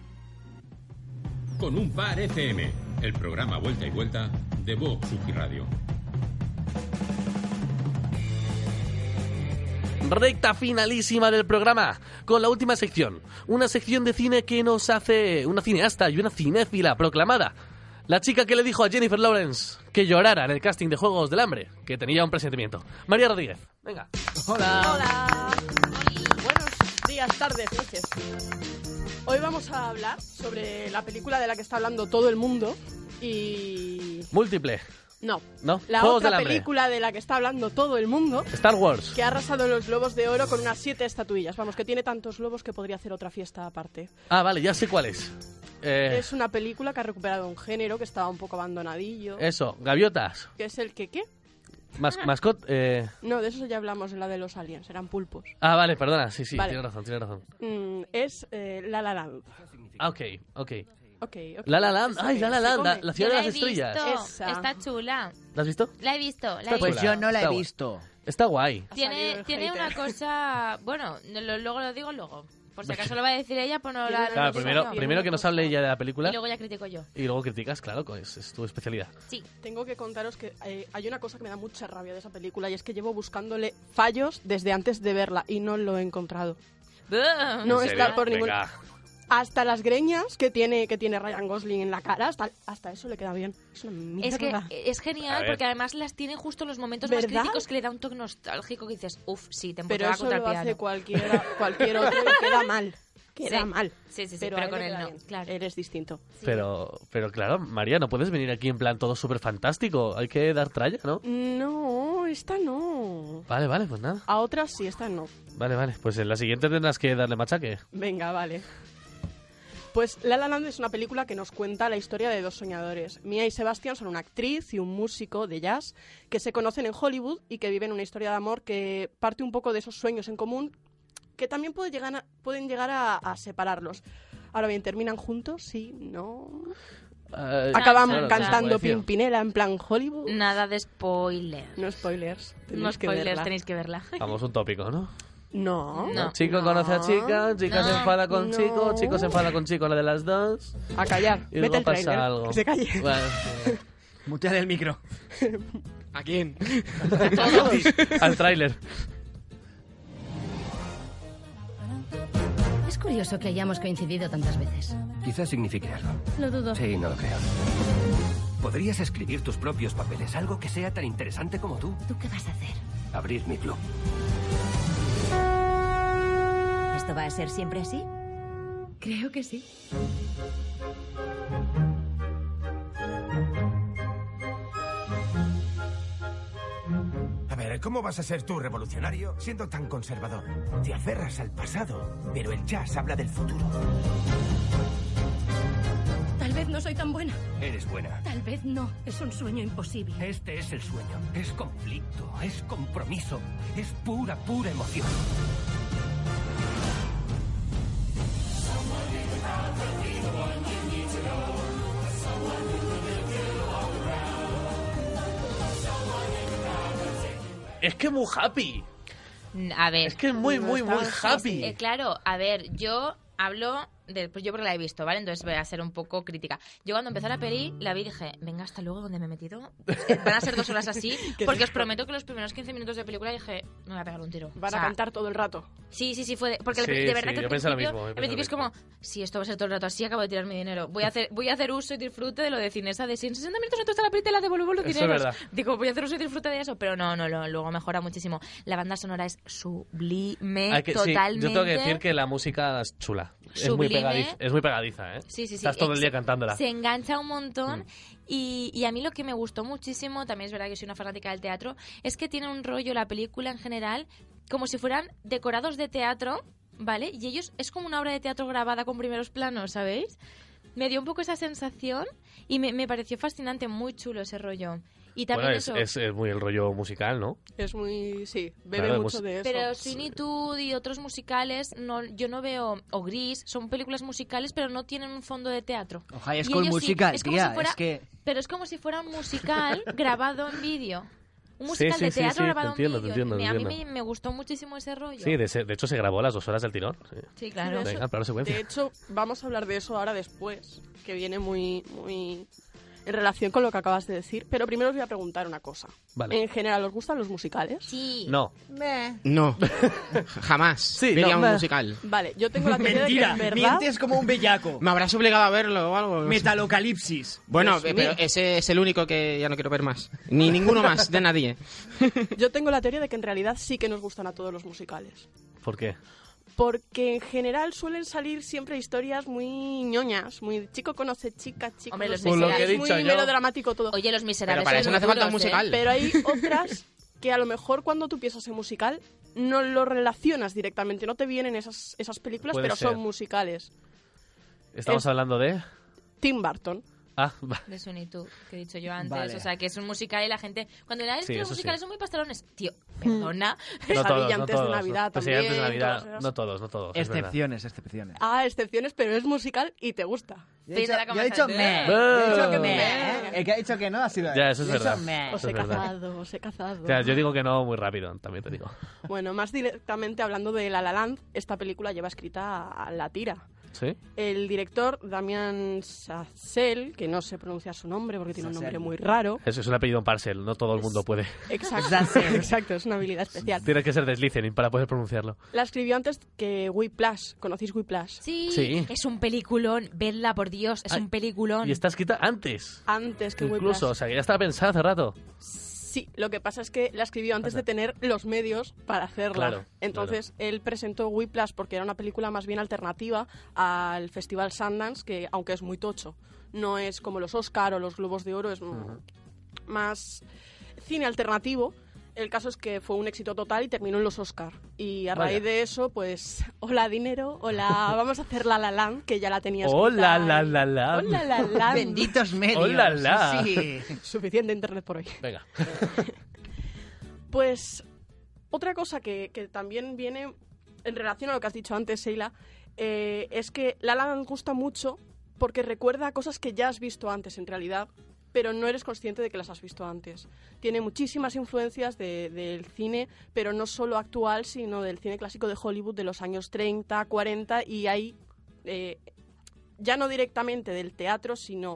H: Con un par FM, el programa Vuelta y Vuelta de Vox Radio.
A: recta finalísima del programa, con la última sección. Una sección de cine que nos hace una cineasta y una cinéfila proclamada. La chica que le dijo a Jennifer Lawrence que llorara en el casting de Juegos del Hambre, que tenía un presentimiento. María Rodríguez, venga.
E: Hola. Buenos días, tardes, noches. Hoy vamos a hablar sobre la película de la que está hablando todo el mundo y...
A: Múltiple.
E: No.
A: ¿No?
E: La
A: Juegos del
E: otra
A: Hambre.
E: película de la que está hablando todo el mundo,
A: Star Wars.
E: que ha arrasado en los Globos de Oro con unas 7 estatuillas. Vamos, que tiene tantos globos que podría hacer otra fiesta aparte.
A: Ah, vale, ya sé cuál es.
E: Es una película que ha recuperado un género que estaba un poco abandonadillo.
A: Eso, gaviotas.
E: Que es el que, ¿qué?
A: Mascot.
E: No, de eso ya hablamos en la de los aliens, eran pulpos.
A: Ah, vale, perdona. Sí,
E: Vale.
A: tienes razón.
E: Es La La Land.
A: Ah, ok.
E: Ok.
A: La La Land. Ay, La La
E: Se
A: Land,
E: come.
A: la ciudad
B: Yo
A: de
B: la
A: las
B: he
A: estrellas.
B: visto.
E: Esa.
B: Está chula.
A: ¿La has visto?
B: La he visto.
C: Pues
A: chula.
C: yo no la
A: Está
C: he
A: guay.
C: visto.
A: Está guay.
E: Ha salido el
B: Tiene
E: hater.
B: una cosa... Bueno, luego lo digo luego. Por si acaso lo va a decir ella, pues no la...
A: Claro,
B: no digo yo.
A: primero que nos hable ella de la
B: Y
A: película
B: luego ya critico yo.
A: y luego criticas, claro, es tu especialidad.
B: Sí.
E: Tengo que contaros que hay una cosa que me da mucha rabia de esa película y es que llevo buscándole fallos desde antes de verla y no lo he encontrado. No
A: ¿En
E: está
A: serio?
E: por ningún...
A: Venga.
E: Hasta las greñas que tiene Ryan Gosling en la cara, hasta eso le queda bien. Es una mierda.
B: Es que es
A: A
B: genial
A: ver.
B: porque además las tiene justo en los momentos más
E: ¿Verdad?
B: críticos que le da un toque nostálgico que dices, uff, sí, te
E: Pero
B: empotraba
E: eso
B: contra el
E: lo hace
B: piano.
E: cualquier otro y queda mal. Queda
B: Sí.
E: mal.
B: Sí,
E: pero
B: pero
E: a
B: con
E: le
B: él
E: queda
B: no,
E: bien.
B: claro.
E: Eres distinto.
A: Pero claro, María, no puedes venir aquí en plan todo súper fantástico. Hay que dar tralla, ¿no?
E: No, esta no.
A: Vale, pues nada.
E: A otras sí, esta no.
A: Vale. Pues en la siguiente tendrás que darle machaque.
E: Venga, vale. Pues La La Land es una película que nos cuenta la historia de dos soñadores. Mia y Sebastian son una actriz y un músico de jazz que se conocen en Hollywood y que viven una historia de amor que parte un poco de esos sueños en común que también pueden llegar a separarlos. Ahora bien, ¿terminan juntos? Sí, no. Acaban
A: claro,
E: cantando
A: no se puede decir.
E: Pimpinela en plan Hollywood.
B: Nada de spoiler.
E: No spoilers. Tenéis
B: No
E: que
B: spoilers,
E: verla.
B: tenéis que verla.
A: Vamos, un tópico, ¿no?
E: No.
B: No.
A: Chico conoce a chica se
B: No.
A: enfada con chico se enfada con chico, la de las dos.
E: A callar.
A: Y
E: Vete
A: luego
E: el
A: pasa
E: trailer.
A: algo.
E: Que se calle.
A: Bueno,
C: Muteale el micro.
G: ¿A quién?
A: al tráiler.
I: Es curioso que hayamos coincidido tantas veces.
J: Quizás signifique algo.
I: Lo dudo.
J: Sí, no lo creo. Podrías escribir tus propios papeles, algo que sea tan interesante como tú.
I: ¿Tú qué vas a hacer?
J: Abrir mi club.
I: ¿Esto va a ser siempre así? Creo que sí.
K: A ver, ¿cómo vas a ser tú revolucionario siendo tan conservador? Te aferras al pasado, pero el jazz habla del futuro.
I: Tal vez no soy tan buena.
J: Eres buena.
I: Tal vez no. Es un sueño imposible.
J: Este es el sueño. Es conflicto, es compromiso, es pura emoción.
A: Es que muy happy.
B: A ver.
A: Es que es muy happy.
B: Claro, a ver, yo hablo de... Pues yo porque la he visto, ¿vale? Entonces voy a ser un poco crítica. Yo cuando empezó la peli, la vi y dije, venga, hasta luego, donde me he metido. Van a ser 2 horas así, porque os prometo que los primeros 15 minutos de película dije, me voy a pegar un tiro.
E: Van a cantar todo el rato.
B: Sí, fue... Porque
A: Sí,
B: de verdad
A: sí,
B: que
A: yo
B: al
A: pensé lo
B: principio,
A: mismo,
B: al principio es como, si esto va a ser todo el rato así, acabo de tirar mi dinero. Voy a hacer uso y disfrute de lo de Cinesa, de si en 60 minutos entonces la peli te la devuelvo los
A: Eso es
B: dineros.
A: verdad.
B: Digo, voy a hacer uso y disfrute de eso, pero no, luego mejora muchísimo. La banda sonora es sublime,
A: Hay que- sí,
B: totalmente.
A: yo tengo que decir que la música es chula.
B: Sublime.
A: Es muy pegadiza, ¿eh?
B: Sí.
A: Estás todo el día cantándola.
B: Se engancha un montón y a mí lo que me gustó muchísimo, también es verdad que soy una fanática del teatro, es que tiene un rollo la película en general como si fueran decorados de teatro, ¿vale? Y ellos es como una obra de teatro grabada con primeros planos, ¿sabéis? Me dio un poco esa sensación y me pareció fascinante, muy chulo ese rollo. Y también
A: Bueno,
B: eso...
A: es muy el rollo musical, ¿no?
E: Es muy... Sí, bebe
A: Claro,
E: mucho de eso.
B: Pero Sweeney Todd y otros musicales, yo no veo... O Gris, son películas musicales, pero no tienen un fondo de teatro.
C: O High
B: Y
C: School
B: ellos sí,
C: Musical,
B: es como
C: tía,
B: si fuera-
C: es que...
B: Pero es como si fuera un musical grabado en vídeo. Un
A: Sí,
B: musical
A: sí,
B: de
A: sí,
B: teatro
A: sí,
B: grabado
A: te entiendo,
B: en vídeo.
A: te entiendo,
B: A
A: te
B: mí
A: entiendo.
B: me gustó muchísimo ese rollo.
A: Sí, de hecho se grabó las 2 horas del tirón. Sí.
B: Sí, claro.
E: De
A: Venga, plano secuencia.
E: De hecho, vamos a hablar de eso ahora después, que viene muy en relación con lo que acabas de decir, pero primero os voy a preguntar una cosa.
A: Vale.
E: ¿En general os gustan los musicales?
B: Sí.
A: No.
G: No. Jamás.
A: Sí,
G: vería
A: no,
G: un musical.
E: Vale, yo tengo la teoría de que
D: Mentira,
E: en verdad...
D: mientes como un bellaco.
G: ¿Me habrás obligado a verlo o algo?
D: Metalocalipsis.
G: Bueno,
E: Dios
G: pero
E: mío.
G: ese es el único que ya no quiero ver más. Ni ninguno más, de nadie.
E: Yo tengo la teoría de que en realidad sí que nos gustan a todos los musicales.
A: ¿Por qué?
E: Porque en general suelen salir siempre historias muy ñoñas, muy chico conoce chica, chico
B: Hombre, Los
E: conoce
A: Por lo que he
E: chica, es
A: dicho
E: muy
A: yo.
E: melodramático todo.
B: Oye, Los Miserables.
G: Pero para
B: son
G: eso no hace
B: muy
G: falta un
B: duros,
G: musical.
E: Pero hay otras que a lo mejor cuando tú piensas en musical no lo relacionas directamente, no te vienen esas películas,
A: Puede
E: pero
A: ser.
E: son musicales.
A: Estamos hablando de...
E: Tim Burton.
A: Ah, va.
B: De Sunny Too, que he dicho yo antes.
D: Vale.
B: O sea, que es un musical y la gente... Cuando le es
A: Sí,
B: que los
A: eso sí.
B: musicales son muy pastalones. Tío, perdona.
E: Pesadilla antes de Navidad
A: Pesadilla antes de
E: también,
A: Navidad.
E: todas esas.
A: No todos. es verdad.
C: Excepciones.
E: Ah, excepciones, pero es musical y te gusta.
C: Yo
B: Fin de la
C: he dicho
B: conversación.
C: me. Yo he dicho que
A: Beh.
C: me. El que ha dicho que no ha sido él.
A: Ya, eso es
C: Yo he dicho
A: verdad.
C: me.
E: Os
A: Eso
E: he
A: es verdad.
E: cazado, os he cazado.
A: O sea, yo digo que no muy rápido, también te digo.
E: Bueno, más directamente hablando de La La Land, esta película lleva escrita a la tira.
A: ¿Sí?
E: El director, Damien Chazelle, que no sé pronunciar su nombre porque tiene un nombre
C: Chazelle.
E: muy raro.
A: Eso es un apellido en parcel, no todo el mundo puede.
E: Exacto, exacto, es una habilidad especial.
A: Tienes que ser de listening para poder pronunciarlo.
E: La escribió antes que Whiplash. ¿Conocéis Whiplash?
B: Sí,
A: Sí.
B: es un peliculón. Vedla, por Dios, es
A: Ay,
B: un peliculón.
A: Y está escrita antes.
E: Antes que
A: Incluso, o
E: Whiplash.
A: sea, que ya estaba pensada hace rato.
E: Sí, lo que pasa es que la escribió antes de tener los medios para hacerla.
A: Claro,
E: Entonces, él presentó Whiplash porque era una película más bien alternativa al Festival Sundance, que aunque es muy tocho, no es como los Oscar o los Globos de Oro, es más cine alternativo. El caso es que fue un éxito total y terminó en los Oscar. Y a
A: Vaya.
E: raíz de eso, pues, hola dinero, hola, vamos a hacer La La Land, que ya la tenía escrita.
A: Hola,
E: y-
A: la, la, la.
E: Hola, La Land.
C: Benditos medios.
A: Hola, la.
C: Sí.
E: Suficiente internet por hoy.
A: Venga.
E: Pues otra cosa que también viene en relación a lo que has dicho antes, Sheila, es que La La Land gusta mucho porque recuerda a cosas que ya has visto antes en realidad, pero no eres consciente de que las has visto antes. Tiene muchísimas influencias del cine, pero no solo actual, sino del cine clásico de Hollywood de los años 30, 40, y hay, ya no directamente del teatro, sino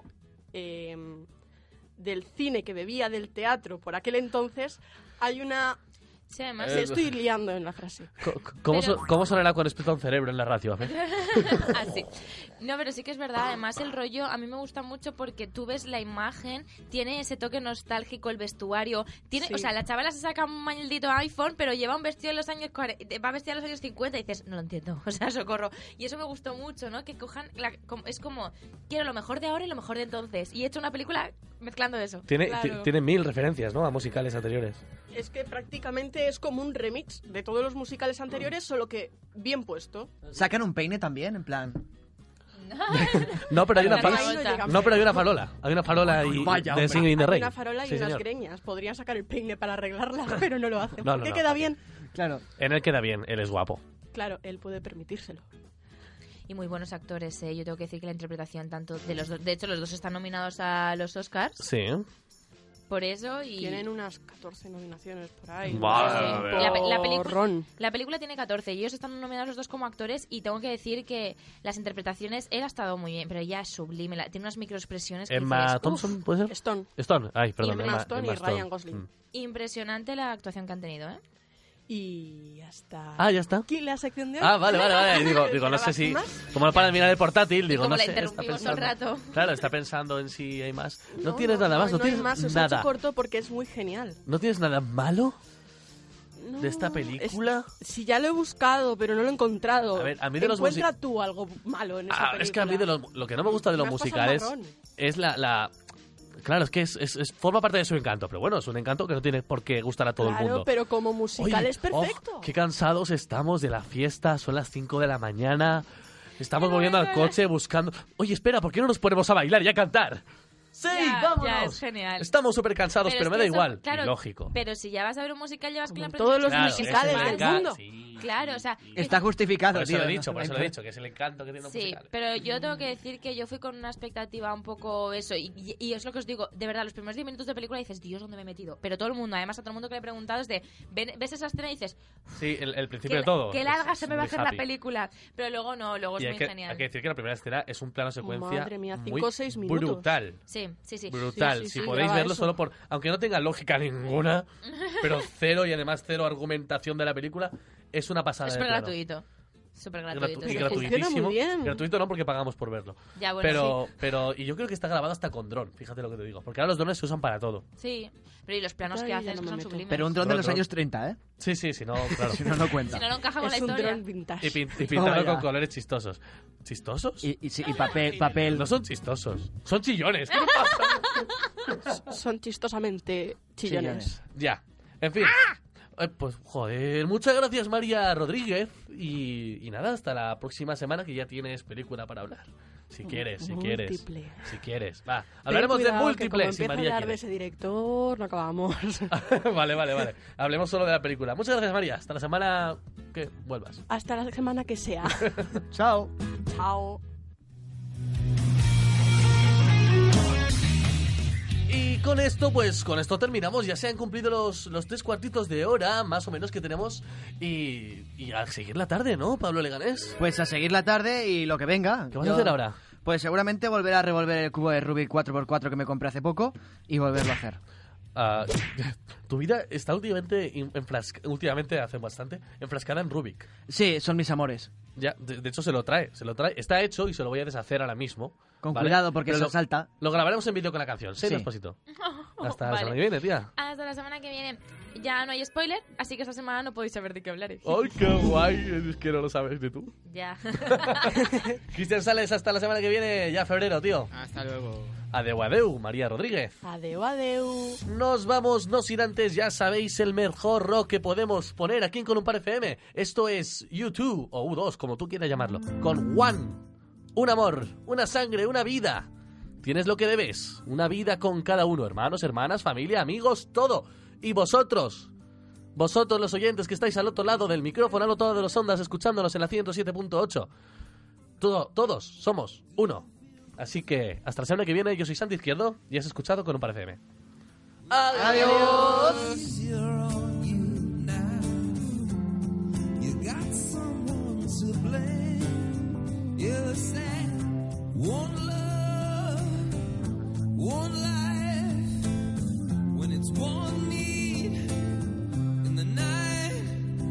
E: del cine que bebía del teatro por aquel entonces, hay una...
B: Sí, además...
E: Me estoy liando en la frase.
A: ¿Cómo,
B: Pero-
A: ¿Cómo sonará cuando explota un cerebro en la radio? A ver.
B: Así. No, pero sí que es verdad. Además, el rollo a mí me gusta mucho porque tú ves la imagen, tiene ese toque nostálgico, el vestuario. Tiene,
E: Sí.
B: O sea, la chavala se saca un maldito iPhone, pero lleva un vestido de los años 40, va vestida de los años 50 y dices, no lo entiendo. O sea, socorro. Y eso me gustó mucho, ¿no? Que cojan. Es como, quiero lo mejor de ahora y lo mejor de entonces. Y he hecho una película mezclando eso.
A: Tiene,
E: Claro.
A: tiene 1000 referencias, ¿no? A musicales anteriores.
E: Es que prácticamente es como un remix de todos los musicales anteriores, solo que bien puesto.
C: Sacan un peine también, en plan.
A: No, pero hay una
B: Ahí no
A: farola.
B: llegamos.
A: No, pero hay una farola. Hay una farola y
C: Vaya,
A: de
C: hombre.
A: Singing in the
E: Hay
A: Rain.
E: una farola y
A: Sí,
E: unas
A: señor.
E: greñas. Podrían sacar el peine para arreglarla, pero no lo hacen.
A: No,
E: ¿Por
A: no,
E: qué
A: no,
E: queda
A: ¿por qué?
E: bien?
C: Claro.
A: En él queda bien, él es guapo.
E: Claro, él puede permitírselo.
B: Y muy buenos actores, ¿eh? Yo tengo que decir que la interpretación tanto de los dos... De hecho, los dos están nominados a los Oscars
A: Sí.
B: por eso y...
E: Tienen unas 14 nominaciones por ahí.
A: Madre
E: Por
A: mía.
B: La película-
E: ron.
B: La película tiene 14 y ellos están nominados los dos como actores y tengo que decir que las interpretaciones, él ha estado muy bien, pero ella es sublime, tiene unas microexpresiones que
A: Emma
B: dices,
A: Thompson, ¿puede ser?
E: Stone.
A: Stone. Ay, perdón.
E: Emma Stone y
A: Emma
E: Ryan Gosling.
A: Mm.
B: impresionante la actuación que han tenido, ¿eh?
E: Y ya está.
A: Ah, ya está.
E: Aquí la sección de hoy.
A: Ah, vale. Digo, no sé si...
E: ¿Más?
A: Como no para de mirar el portátil, digo,
B: como
A: no
B: la
A: sé, está
B: interrumpimos todo el
A: pensando...
B: rato.
A: Claro, está pensando en si hay más. No tienes nada más, no
E: hay
A: tienes
E: más, os he hecho
A: nada.
E: corto porque es muy genial.
A: ¿No tienes nada malo
E: No,
A: de esta película?
E: Sí, ya lo he buscado, pero no lo he encontrado.
A: A ver, a mí de los
E: Encuentra tú algo malo en esa película.
A: Es que a mí lo que no me gusta de los
E: Me has pasado
A: musicales
E: marrón.
A: es la... Claro, es que forma parte de su encanto, pero bueno, es un encanto que no tiene por qué gustar a todo el
E: Claro,
A: mundo.
E: pero como musical
A: Oye,
E: es perfecto.
A: oh, qué cansados estamos de la fiesta, son las 5 de la mañana, estamos volviendo al coche buscando... Oye, espera, ¿por qué no nos ponemos a bailar y a cantar? ¡Sí,
B: Ya,
A: vámonos!
B: ya, es genial.
A: Estamos súper cansados, pero
B: es
A: me
B: que
A: da
B: eso,
A: igual.
B: claro,
A: Lógico.
B: Pero si ya vas a ver un musical, llevas con la
E: todos los
A: Claro,
E: musicales
A: es el
E: del
A: encanto,
E: mundo.
A: sí.
B: Claro, o sea...
C: Está justificado,
A: Por eso
C: tío.
A: lo he dicho,
C: no,
A: por eso
C: no
A: lo he
C: hay-
A: dicho, que es el encanto que tienen los
B: Sí,
A: musicales.
B: pero yo tengo que decir que yo fui con una expectativa un poco eso, y es lo que os digo, de verdad, los primeros 10 minutos de película dices, Dios, ¿dónde me he metido? Pero todo el mundo, además a todo el mundo que le he preguntado es de, ves esa escena y dices,
A: Sí, el principio
B: qué,
A: de todo.
B: qué larga
A: es
B: se me va a
A: muy
B: hacer
A: happy.
B: la película. Pero luego no, luego es
A: Y hay
B: muy
A: que
B: genial.
A: decir que la primera escena es un plano secuencia
E: Madre mía,
A: muy
E: 5 o 6 minutos.
A: brutal.
B: Sí, sí.
A: Brutal.
E: Sí,
A: si
E: sí,
A: podéis
E: graba
A: verlo
E: eso.
A: solo por... Aunque no tenga lógica ninguna, pero cero y además cero argumentación de la película, es una pasada
B: Es
A: de
B: súper
A: plano.
B: gratuito. Súper gratuito.
A: Y
B: sí.
A: gratuitísimo.
E: Funciona muy bien.
A: Gratuito no, porque pagamos por verlo.
B: Ya, bueno,
A: pero y yo creo que está grabado hasta con dron, fíjate lo que te digo. Porque ahora los drones se usan para todo.
B: Sí, pero y los planos
E: Ay,
B: que
E: ya
B: haces
E: no me
B: son
E: meto.
B: sublimes.
C: Pero un dron de los
A: Dron.
C: años 30, ¿eh?
A: Sí, no, claro.
C: Si no, no cuenta.
B: Si no, no encaja con la
E: Es un
B: historia.
E: dron vintage.
A: Y pintado
C: Vaya.
A: con colores chistosos. ¿Chistosos?
C: Y papel.
A: No son chistosos, son chillones. ¿Qué te pasa?
E: Son chistosamente chillones.
A: Ya, en fin. Pues joder, muchas gracias María Rodríguez y nada, hasta la próxima semana que ya tienes película para hablar. Si quieres. Va, hablaremos de
E: Ten cuidado, que
A: múltiple
E: como
A: si
E: empieza a
A: María
E: hablar
A: quiere.
E: de ese director, no acabamos.
A: Vale. Hablemos solo de la película. Muchas gracias María, hasta la semana que vuelvas.
E: Hasta la semana que sea.
C: Chao.
E: Chao.
A: Y con esto terminamos. Ya se han cumplido los 3 cuartitos de hora, más o menos, que tenemos. Y a seguir la tarde, ¿no, Pablo Leganés?
C: Pues a seguir la tarde y lo que venga.
A: ¿Qué vas a hacer ahora?
C: Pues seguramente volver a revolver el cubo de Rubik 4x4 que me compré hace poco y volverlo a hacer.
A: Tu vida está últimamente hace bastante, enfrascada en Rubik.
C: Sí, son mis amores.
A: Ya, de hecho se lo trae. Está hecho y se lo voy a deshacer ahora mismo.
C: Con
A: ¿vale?
C: cuidado porque
A: Pero
C: se salta.
A: Lo grabaremos en vídeo con la canción. Sí,
C: Sí.
A: Despósito. Hasta la
B: Vale.
A: semana que viene, tía.
B: Hasta la semana que viene. Ya no hay spoiler, así que esta semana no podéis saber de qué hablaré.
A: ¡Ay, qué guay! Es que no lo sabes ni tú.
B: Ya.
A: Cristian Sales, hasta la semana que viene, ya febrero, tío.
G: Hasta luego.
A: Adeu, María Rodríguez.
E: Adeu.
A: Nos vamos, no sin antes, ya sabéis, el mejor rock que podemos poner aquí en Con un Par FM. Esto es U2, o U2, como tú quieras llamarlo, con One. Un amor, una sangre, una vida. Tienes lo que debes, una vida con cada uno, hermanos, hermanas, familia, amigos, todo. Y vosotros los oyentes que estáis al otro lado del micrófono, al otro lado de los ondas, escuchándonos en la 107.8. Todos somos uno. Así que hasta la semana que viene, yo soy Santi Izquierdo y has escuchado Con un Par FM. ¡Adiós!
F: You got someone to blame. You said one love, one life. When it's one need in the night,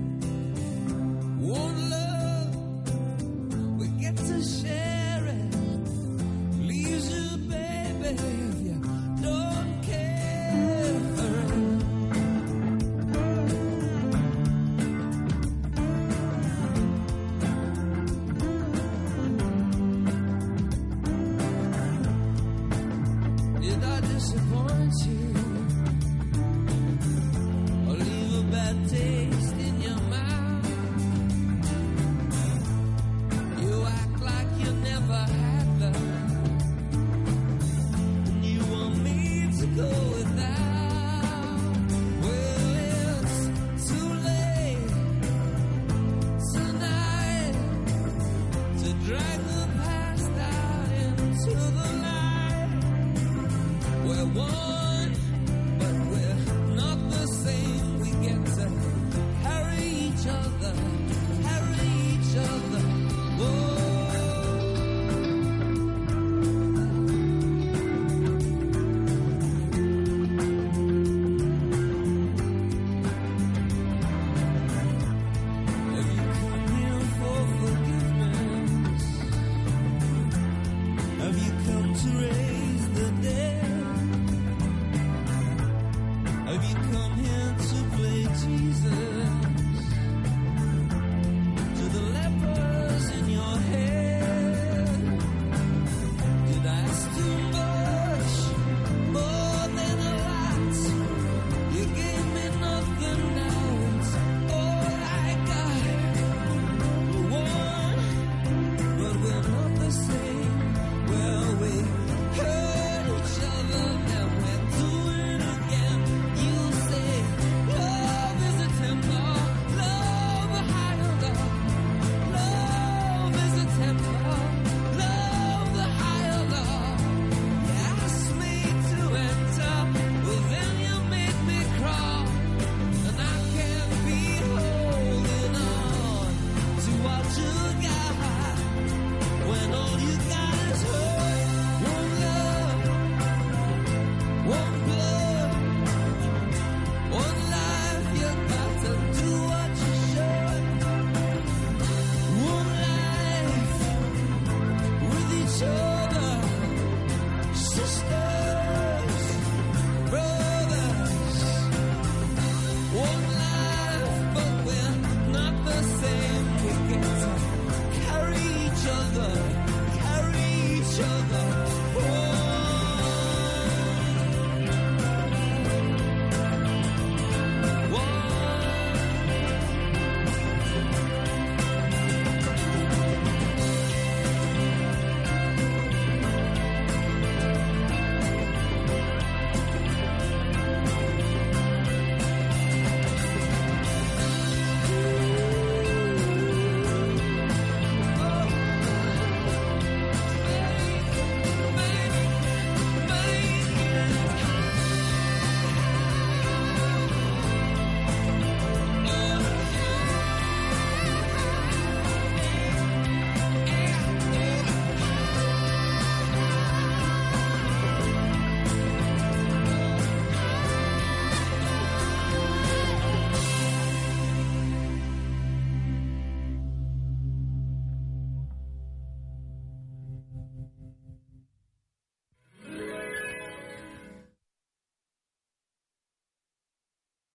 F: one love, we get to share it. Leaves you, baby, if you don't care. Did I disappoint you? Or leave a bad taste in your mouth? You act like you never had love, and you want me to go without. Well, it's too late tonight to drag the past out into the night. We're one, but we're not the same. We get to carry each other. Whoa. Have you come here for forgiveness? Have you come to raise